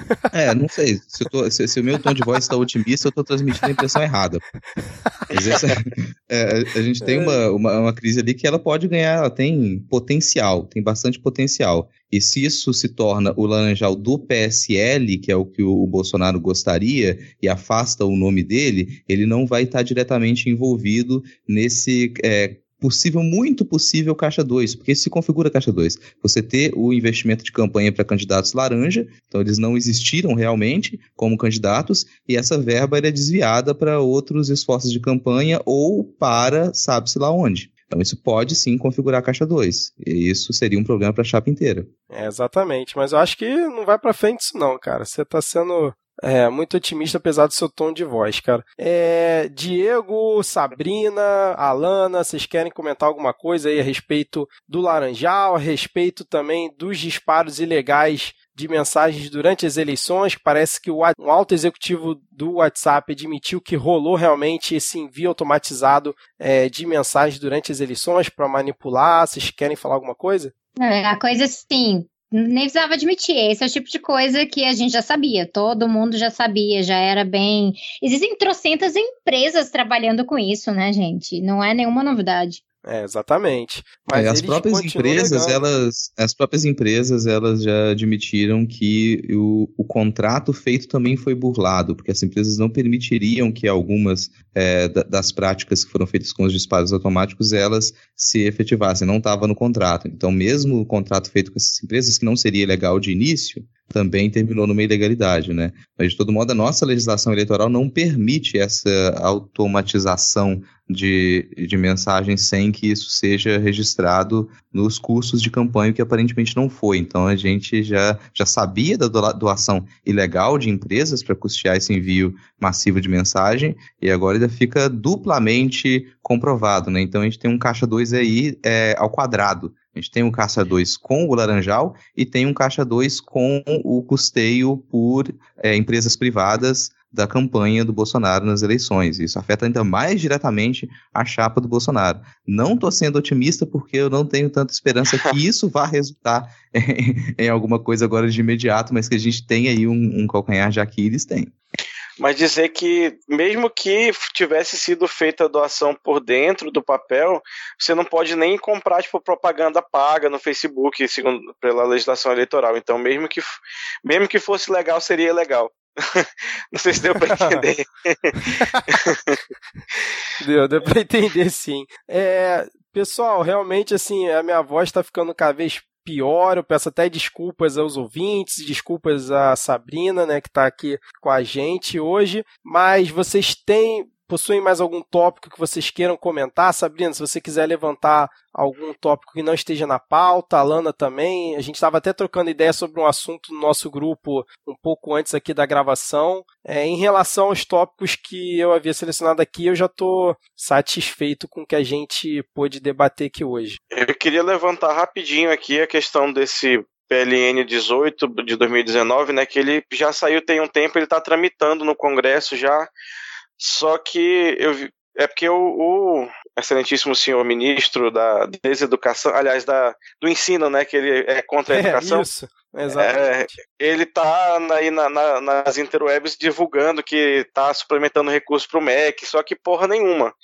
É, não sei, se, eu tô, se, se o meu tom de voz está otimista, eu estou transmitindo a impressão errada. Mas essa, é, a gente tem uma, uma, uma crise ali que ela pode ganhar, ela tem potencial, tem bastante potencial. E se isso se torna o Laranjal do P S L, que é o que o Bolsonaro gostaria, e afasta o nome dele, ele não vai estar diretamente envolvido nesse é, possível, muito possível Caixa dois, porque se configura Caixa dois. Você ter o investimento de campanha para candidatos laranja, então eles não existiram realmente como candidatos, e essa verba é desviada para outros esforços de campanha ou para sabe-se lá onde. Então isso pode sim configurar a Caixa dois, e isso seria um problema para a chapa inteira. É, exatamente, mas eu acho que não vai para frente isso não, cara. Você está sendo é, muito otimista apesar do seu tom de voz, cara. É, Diego, Sabrina, Alana, vocês querem comentar alguma coisa aí a respeito do Laranjal, a respeito também dos disparos ilegais de mensagens durante as eleições, que parece que o um alto executivo do WhatsApp admitiu que rolou realmente esse envio automatizado é, de mensagens durante as eleições para manipular. Vocês querem falar alguma coisa? É, a coisa sim, nem precisava admitir. Esse é o tipo de coisa que a gente já sabia, todo mundo já sabia, já era bem... Existem trocentas empresas trabalhando com isso, né, gente? Não é nenhuma novidade. É, exatamente. Mas é, as próprias empresas, negando. elas, as próprias empresas, elas já admitiram que o, o contrato feito também foi burlado, porque as empresas não permitiriam que algumas é, das práticas que foram feitas com os disparos automáticos, elas se efetivassem, não estava no contrato. Então, mesmo o contrato feito com essas empresas, que não seria legal de início, também terminou numa ilegalidade, né? Mas, de todo modo, a nossa legislação eleitoral não permite essa automatização de, de mensagens sem que isso seja registrado nos custos de campanha, que aparentemente não foi. Então, a gente já, já sabia da doação ilegal de empresas para custear esse envio massivo de mensagem, e agora ainda fica duplamente comprovado, né? Então, a gente tem um Caixa dois aí é, ao quadrado. A gente tem um Caixa dois com o Laranjal e tem um Caixa dois com o custeio por é, empresas privadas da campanha do Bolsonaro nas eleições. Isso afeta ainda mais diretamente a chapa do Bolsonaro. Não estou sendo otimista porque eu não tenho tanta esperança que isso vá resultar em, em alguma coisa agora de imediato, mas que a gente tem aí um, um calcanhar de Aquiles, tem. Mas dizer que, mesmo que tivesse sido feita a doação por dentro do papel, você não pode nem comprar tipo, propaganda paga no Facebook, segundo, pela legislação eleitoral. Então, mesmo que, mesmo que fosse legal, seria legal. Não sei se deu para entender. Deu, deu para entender, sim. É, pessoal, realmente, assim, a minha voz está ficando cada vez pior, eu peço até desculpas aos ouvintes, desculpas à Sabrina, né, que está aqui com a gente hoje, mas vocês têm, possuem mais algum tópico que vocês queiram comentar? Sabrina, se você quiser levantar algum tópico que não esteja na pauta, a Alana também, a gente estava até trocando ideia sobre um assunto no nosso grupo um pouco antes aqui da gravação. É, em relação aos tópicos que eu havia selecionado aqui, eu já estou satisfeito com o que a gente pôde debater aqui hoje. Eu queria levantar rapidinho aqui a questão desse P L N dezoito de dois mil e dezenove, né, que ele já saiu tem um tempo, ele está tramitando no Congresso já, só que eu vi, é porque o, o excelentíssimo senhor ministro da Deseducação, aliás, da, do ensino, né, que ele é contra a educação. É isso, exatamente. É, ele está aí na, na, nas interwebs divulgando que está suplementando recursos para o M E C, só que porra nenhuma.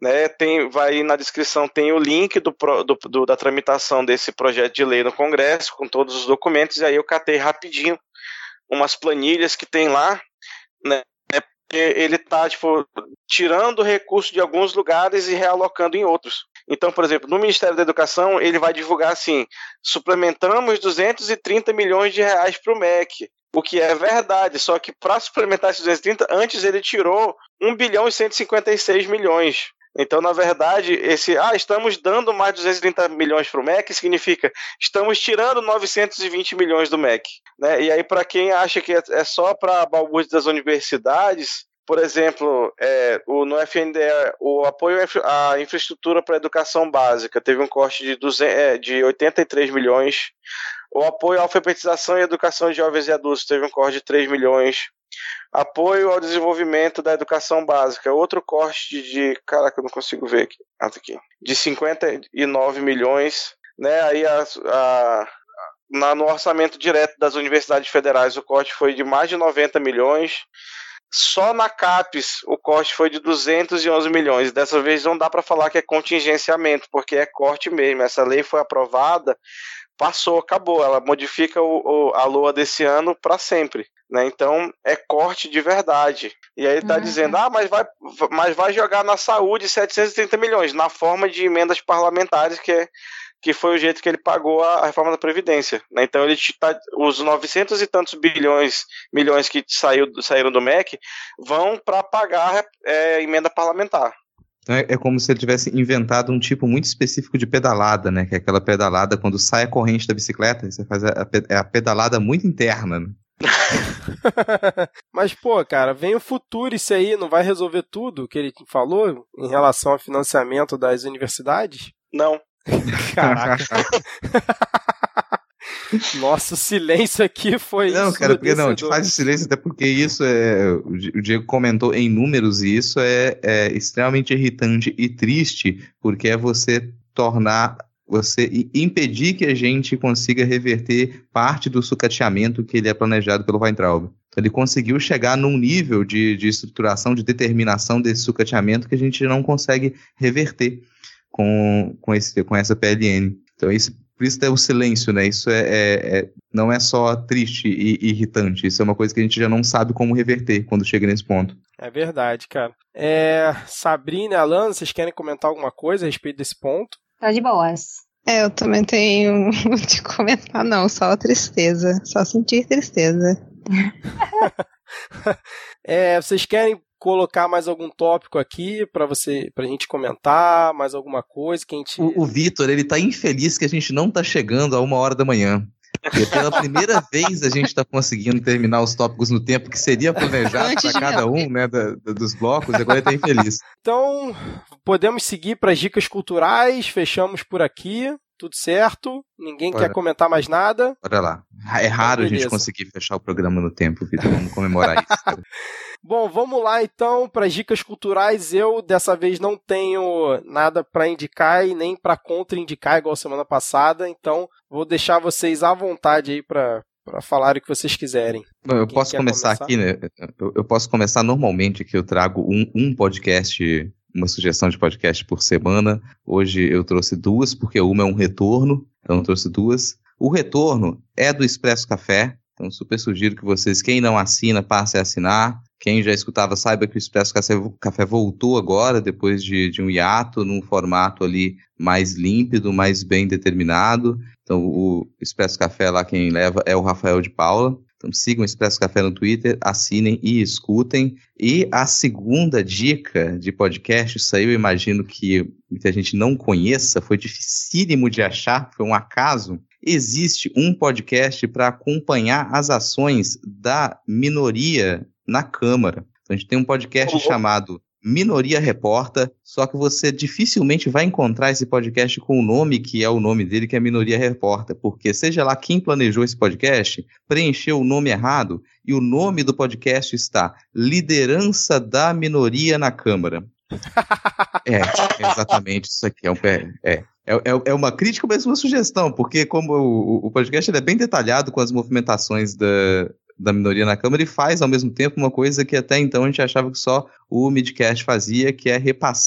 né, tem, vai na descrição, tem o link do, do, do, da tramitação desse projeto de lei no Congresso, com todos os documentos, e aí eu catei rapidinho umas planilhas que tem lá, né, ele está tipo, tirando recursos de alguns lugares e realocando em outros. Então, por exemplo, no Ministério da Educação, ele vai divulgar assim, suplementamos duzentos e trinta milhões de reais para o M E C, o que é verdade, só que para suplementar esses duzentos e trinta, antes ele tirou um bilhão e cento e cinquenta e seis milhões. Então, na verdade, esse, ah, estamos dando mais duzentos e trinta milhões para o M E C, significa, estamos tirando novecentos e vinte milhões do M E C. Né? E aí, para quem acha que é, é só para balbúrdia das universidades, por exemplo, é, o, no F N D E, o apoio à infraestrutura para a educação básica teve um corte de, duzentos, é, de oitenta e três milhões, o apoio à alfabetização e educação de jovens e adultos teve um corte de três milhões, apoio ao desenvolvimento da educação básica, outro corte de, caraca, eu não consigo ver aqui, ah, tá aqui, de cinquenta e nove milhões, né? Aí a, a, na, no orçamento direto das universidades federais o corte foi de mais de noventa milhões, só na CAPES o corte foi de duzentos e onze milhões, dessa vez não dá para falar que é contingenciamento, porque é corte mesmo, essa lei foi aprovada, passou, acabou, ela modifica o, o, a L O A desse ano para sempre, né? Então é corte de verdade. E aí ele está uhum. dizendo, ah, mas vai, mas vai jogar na saúde setecentos e trinta milhões, na forma de emendas parlamentares, que, é, que foi o jeito que ele pagou a, a reforma da Previdência. Né? Então ele tá, os novecentos e tantos bilhões milhões que saiu, saíram do M E C vão para pagar é, emenda parlamentar. É como se ele tivesse inventado um tipo muito específico de pedalada, né? Que é aquela pedalada quando sai a corrente da bicicleta, você faz a, a, a pedalada muito interna, né? Mas, pô, cara, vem o futuro isso aí, não vai resolver tudo que ele falou em relação ao financiamento das universidades? Não. Caraca. Nossa, o silêncio aqui foi Não, cara, porque não, te faz silêncio, até porque isso é, o Diego comentou em números, e isso é, é extremamente irritante e triste, porque é você tornar, você impedir que a gente consiga reverter parte do sucateamento que ele é planejado pelo Weintraub. Então, ele conseguiu chegar num nível de, de estruturação, de determinação desse sucateamento que a gente não consegue reverter com, com, esse, com essa P L N. Então, isso Por isso é o silêncio, né? Isso é, é, é, não é só triste e, e irritante, isso é uma coisa que a gente já não sabe como reverter quando chega nesse ponto. É verdade, cara. É, Sabrina e Alan, vocês querem comentar alguma coisa a respeito desse ponto? Tá de boas. É, eu também tenho de comentar, não, só tristeza, só sentir tristeza. é, vocês querem colocar mais algum tópico aqui pra você, pra gente comentar, mais alguma coisa que a gente... O, o Vitor, ele tá infeliz que a gente não tá chegando a uma hora da manhã. Porque pela primeira vez a gente tá conseguindo terminar os tópicos no tempo que seria planejado para cada um, né, da, da, dos blocos, agora ele tá infeliz. Então, podemos seguir para as dicas culturais, fechamos por aqui. Tudo certo? Ninguém Bora. Quer comentar mais nada? Bora lá. É raro então, a gente conseguir fechar o programa no tempo, Vitor. Vamos comemorar isso. Cara. Bom, vamos lá então para as dicas culturais. Eu, dessa vez, não tenho nada para indicar e nem para contraindicar, igual semana passada. Então, vou deixar vocês à vontade aí para para falar o que vocês quiserem. Bom, eu Quem posso começar, começar aqui, né? Eu, eu posso começar normalmente, que eu trago um, um podcast... uma sugestão de podcast por semana. Hoje eu trouxe duas, porque uma é um retorno, então eu trouxe duas. O retorno é do Expresso Café, então super sugiro que vocês, quem não assina, passe a assinar. Quem já escutava, saiba que o Expresso Café voltou agora, depois de, de um hiato, num formato ali mais límpido, mais bem determinado. Então o Expresso Café lá, quem leva é o Rafael de Paula. Então sigam o Expresso Café no Twitter, assinem e escutem. E a segunda dica de podcast, isso aí eu imagino que muita gente não conheça, foi dificílimo de achar, foi um acaso. Existe um podcast para acompanhar as ações da minoria na Câmara. Então a gente tem um podcast uhum. chamado Minoria Reporta, só que você dificilmente vai encontrar esse podcast com o nome que é o nome dele, que é Minoria Reporta, porque seja lá quem planejou esse podcast, preencheu o nome errado, e o nome do podcast está Liderança da Minoria na Câmara. é, é exatamente isso aqui, é, um, é, é, é uma crítica, mas uma sugestão, porque como o, o podcast ele é bem detalhado com as movimentações da... da minoria na Câmara e faz, ao mesmo tempo, uma coisa que até então a gente achava que só o Midcast fazia, que é repassar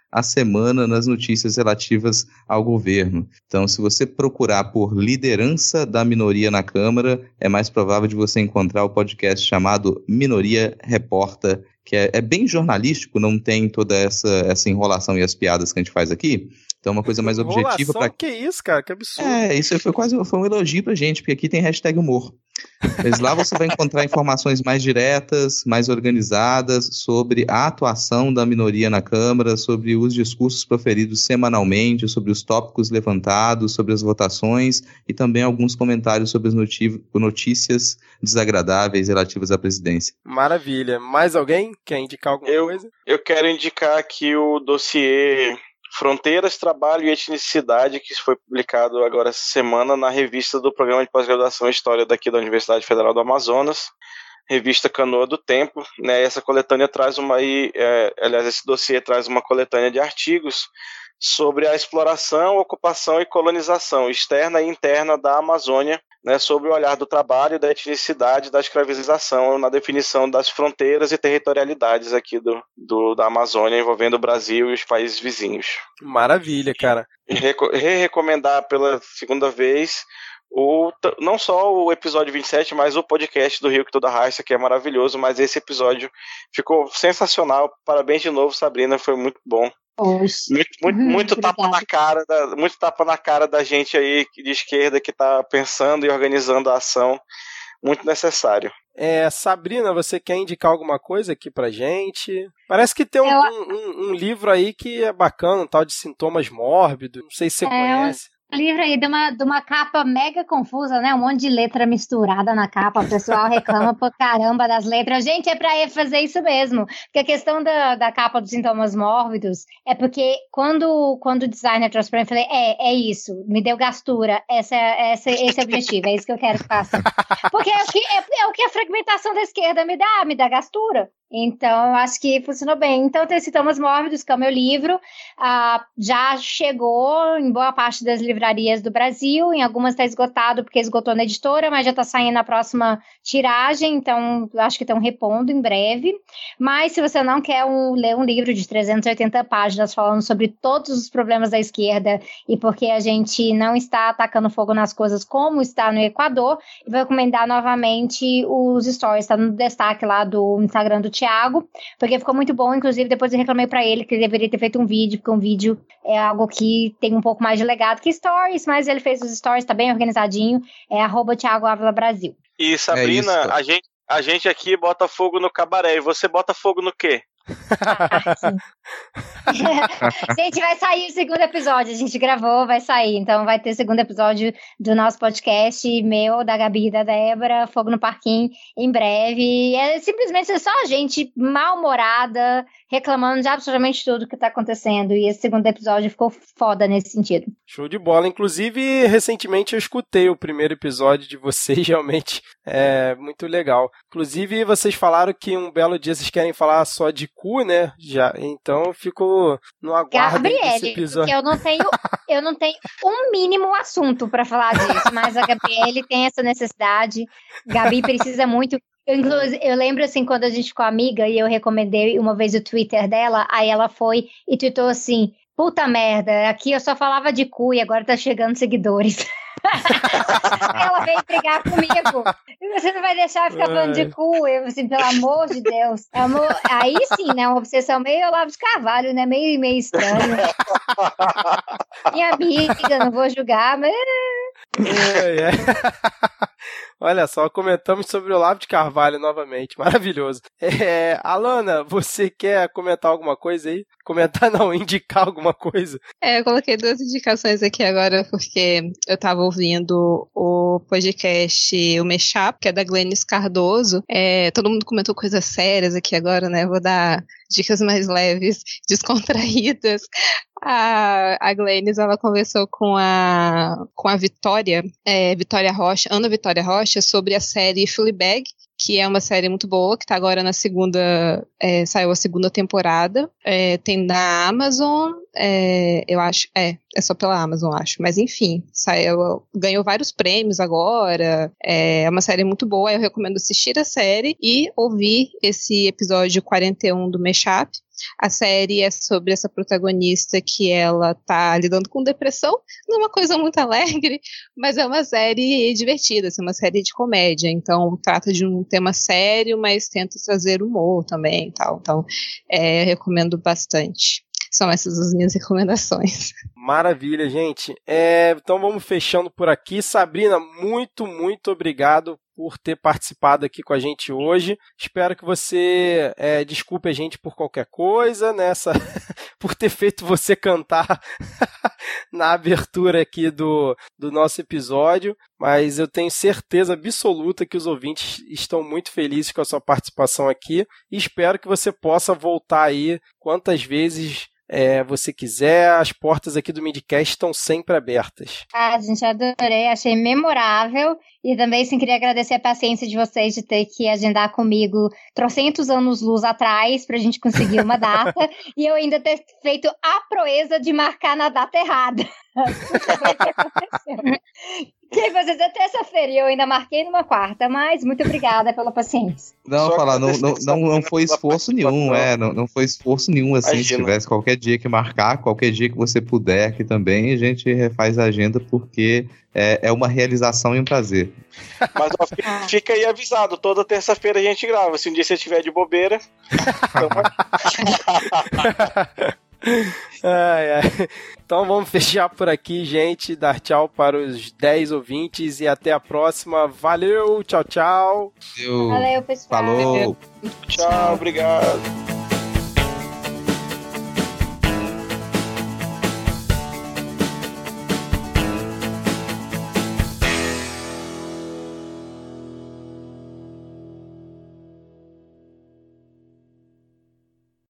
a semana nas notícias relativas ao governo. Então, se você procurar por liderança da minoria na Câmara, é mais provável de você encontrar o podcast chamado Minoria Reporta, que é, é bem jornalístico, não tem toda essa, essa enrolação e as piadas que a gente faz aqui. Então, uma coisa mais objetiva para. Que isso, cara? Que absurdo. É, isso foi quase foi um elogio pra gente, porque aqui tem hashtag humor. Mas lá você vai encontrar informações mais diretas, mais organizadas sobre a atuação da minoria na Câmara, sobre os discursos proferidos semanalmente, sobre os tópicos levantados, sobre as votações e também alguns comentários sobre as noti- notícias desagradáveis relativas à presidência. Maravilha. Mais alguém quer indicar alguma eu, coisa? Eu quero indicar aqui o dossiê Fronteiras, Trabalho e Etnicidade, que foi publicado agora essa semana na revista do Programa de Pós-Graduação em História daqui da Universidade Federal do Amazonas, revista Canoa do Tempo, né? Essa coletânea traz uma, é, aliás, esse dossiê traz uma coletânea de artigos sobre a exploração, ocupação e colonização externa e interna da Amazônia, né, sobre o olhar do trabalho, da etnicidade, da escravização na definição das fronteiras e territorialidades aqui do, do, da Amazônia, envolvendo o Brasil e os países vizinhos. Maravilha, cara. E re-recomendar pela segunda vez o, não só o episódio vinte e sete, mas o podcast do Rio que Toda Raça, que é maravilhoso, mas esse episódio ficou sensacional. Parabéns de novo, Sabrina, foi muito bom. Oxe. Muito, muito, muito tapa na cara da, muito tapa na cara da gente aí de esquerda que está pensando e organizando a ação. Muito necessário. É, Sabrina, você quer indicar alguma coisa aqui pra gente? Parece que tem um, Eu... um, um, um livro aí que é bacana, um tal de Sintomas Mórbidos. Não sei se você é, conhece. Um livro aí de uma, de uma capa mega confusa, né? Um monte de letra misturada na capa. O pessoal reclama pra caramba das letras. Gente, é pra fazer isso mesmo. Porque a questão da, da capa dos Sintomas Mórbidos é porque quando, quando o designer trouxe pra mim, eu falei, é, é isso. Me deu gastura. Essa, essa, esse é o objetivo. É isso que eu quero que faça. Porque é o que, é, é o que a fragmentação da esquerda me dá. Me dá gastura. Então, eu acho que funcionou bem. Então, tem Sintomas Mórbidos, que é o meu livro. Ah, já chegou em boa parte das livrarias do Brasil. Em algumas está esgotado, porque esgotou na editora, mas já está saindo na próxima tiragem. Então, eu acho que estão repondo em breve. Mas, se você não quer um, ler um livro de trezentas e oitenta páginas falando sobre todos os problemas da esquerda e porque a gente não está atacando fogo nas coisas como está no Equador, eu vou recomendar novamente os stories. Está no destaque lá do Instagram do Thiago, porque ficou muito bom. Inclusive, depois eu reclamei pra ele que ele deveria ter feito um vídeo, porque um vídeo é algo que tem um pouco mais de legado que stories, mas ele fez os stories, tá bem organizadinho. É arroba Thiago Ávila Brasil. E Sabrina, é a, gente, a gente aqui bota fogo no cabaré, e você bota fogo no quê? Ah, gente, vai sair o segundo episódio. A gente gravou, vai sair. Então vai ter segundo episódio do nosso podcast, meu, da Gabi e da Débora, Fogo no Parquinho, em breve. É simplesmente só a gente mal-humorada, reclamando de absolutamente tudo que tá acontecendo. E esse segundo episódio ficou foda nesse sentido. Show de bola. Inclusive, recentemente eu escutei o primeiro episódio de vocês, realmente é muito legal. Inclusive, vocês falaram que um belo dia vocês querem falar só de cu, né? Já, então eu fico no aguardo desse episódio. Porque eu não tenho, eu não tenho um mínimo assunto pra falar disso, mas a Gabriele tem essa necessidade. Gabi precisa muito. Eu, inclusive, eu lembro assim, quando a gente ficou amiga e eu recomendei uma vez o Twitter dela, aí ela foi e tweetou assim: puta merda, aqui eu só falava de cu e agora tá chegando seguidores. Ela veio brigar comigo. Você não vai deixar eu ficar falando de cu? Eu assim, pelo amor de Deus. Amor, aí sim, né? Uma obsessão meio Olavo de Carvalho, né? Meio, meio estranho. Minha amiga, não vou julgar, mas... É, é. Olha só, comentamos sobre o Olavo de Carvalho novamente, maravilhoso. É, Alana, você quer comentar alguma coisa aí? Comentar não, indicar alguma coisa? É, eu coloquei duas indicações aqui agora, porque eu tava ouvindo o podcast, o Mashup, que é da Glennis Cardoso. É, todo mundo comentou coisas sérias aqui agora, né? Eu vou dar dicas mais leves, descontraídas. A, a Glennis, ela conversou com a, com a Vitória, é, Vitória Rocha, Ana Vitória Rocha, sobre a série Fleabag, que é uma série muito boa, que tá agora na segunda, é, saiu a segunda temporada, é, tem na Amazon, é, eu acho, é, é só pela Amazon, acho, mas enfim, saiu, ganhou vários prêmios agora, é uma série muito boa, eu recomendo assistir a série e ouvir esse episódio quarenta e um do Mashup. A série é sobre essa protagonista que ela tá lidando com depressão, não é uma coisa muito alegre, mas é uma série divertida, assim, uma série de comédia, então trata de um tema sério, mas tenta trazer humor também e tal, então é, eu recomendo bastante. São essas as minhas recomendações. Maravilha, gente. É, então vamos fechando por aqui. Sabrina, muito, muito obrigado por ter participado aqui com a gente hoje. Espero que você é, desculpe a gente por qualquer coisa, nessa, por ter feito você cantar na abertura aqui do, do nosso episódio, mas eu tenho certeza absoluta que os ouvintes estão muito felizes com a sua participação aqui e espero que você possa voltar aí quantas vezes É, você quiser, as portas aqui do Midcast estão sempre abertas. Ah, gente, adorei, achei memorável e também sim, queria agradecer a paciência de vocês de ter que agendar comigo trocentos anos luz atrás pra gente conseguir uma data e eu ainda ter feito a proeza de marcar na data errada. Que vocês é terça-feira e eu ainda marquei numa quarta, mas muito obrigada pela paciência. Não, falar, não, não, não, não foi esforço nenhum, é, não, não foi esforço nenhum, assim, Imagina. Se tivesse qualquer dia que marcar, qualquer dia que você puder aqui também, a gente refaz a agenda, porque é, é uma realização e um prazer. Mas ó, fica aí avisado, toda terça-feira a gente grava, se um dia você estiver de bobeira. Ai, ai. Então vamos fechar por aqui, gente, dar tchau para os dez ouvintes e até a próxima. Valeu, tchau, tchau. Valeu, Valeu pessoal. Falou. Tchau, obrigado.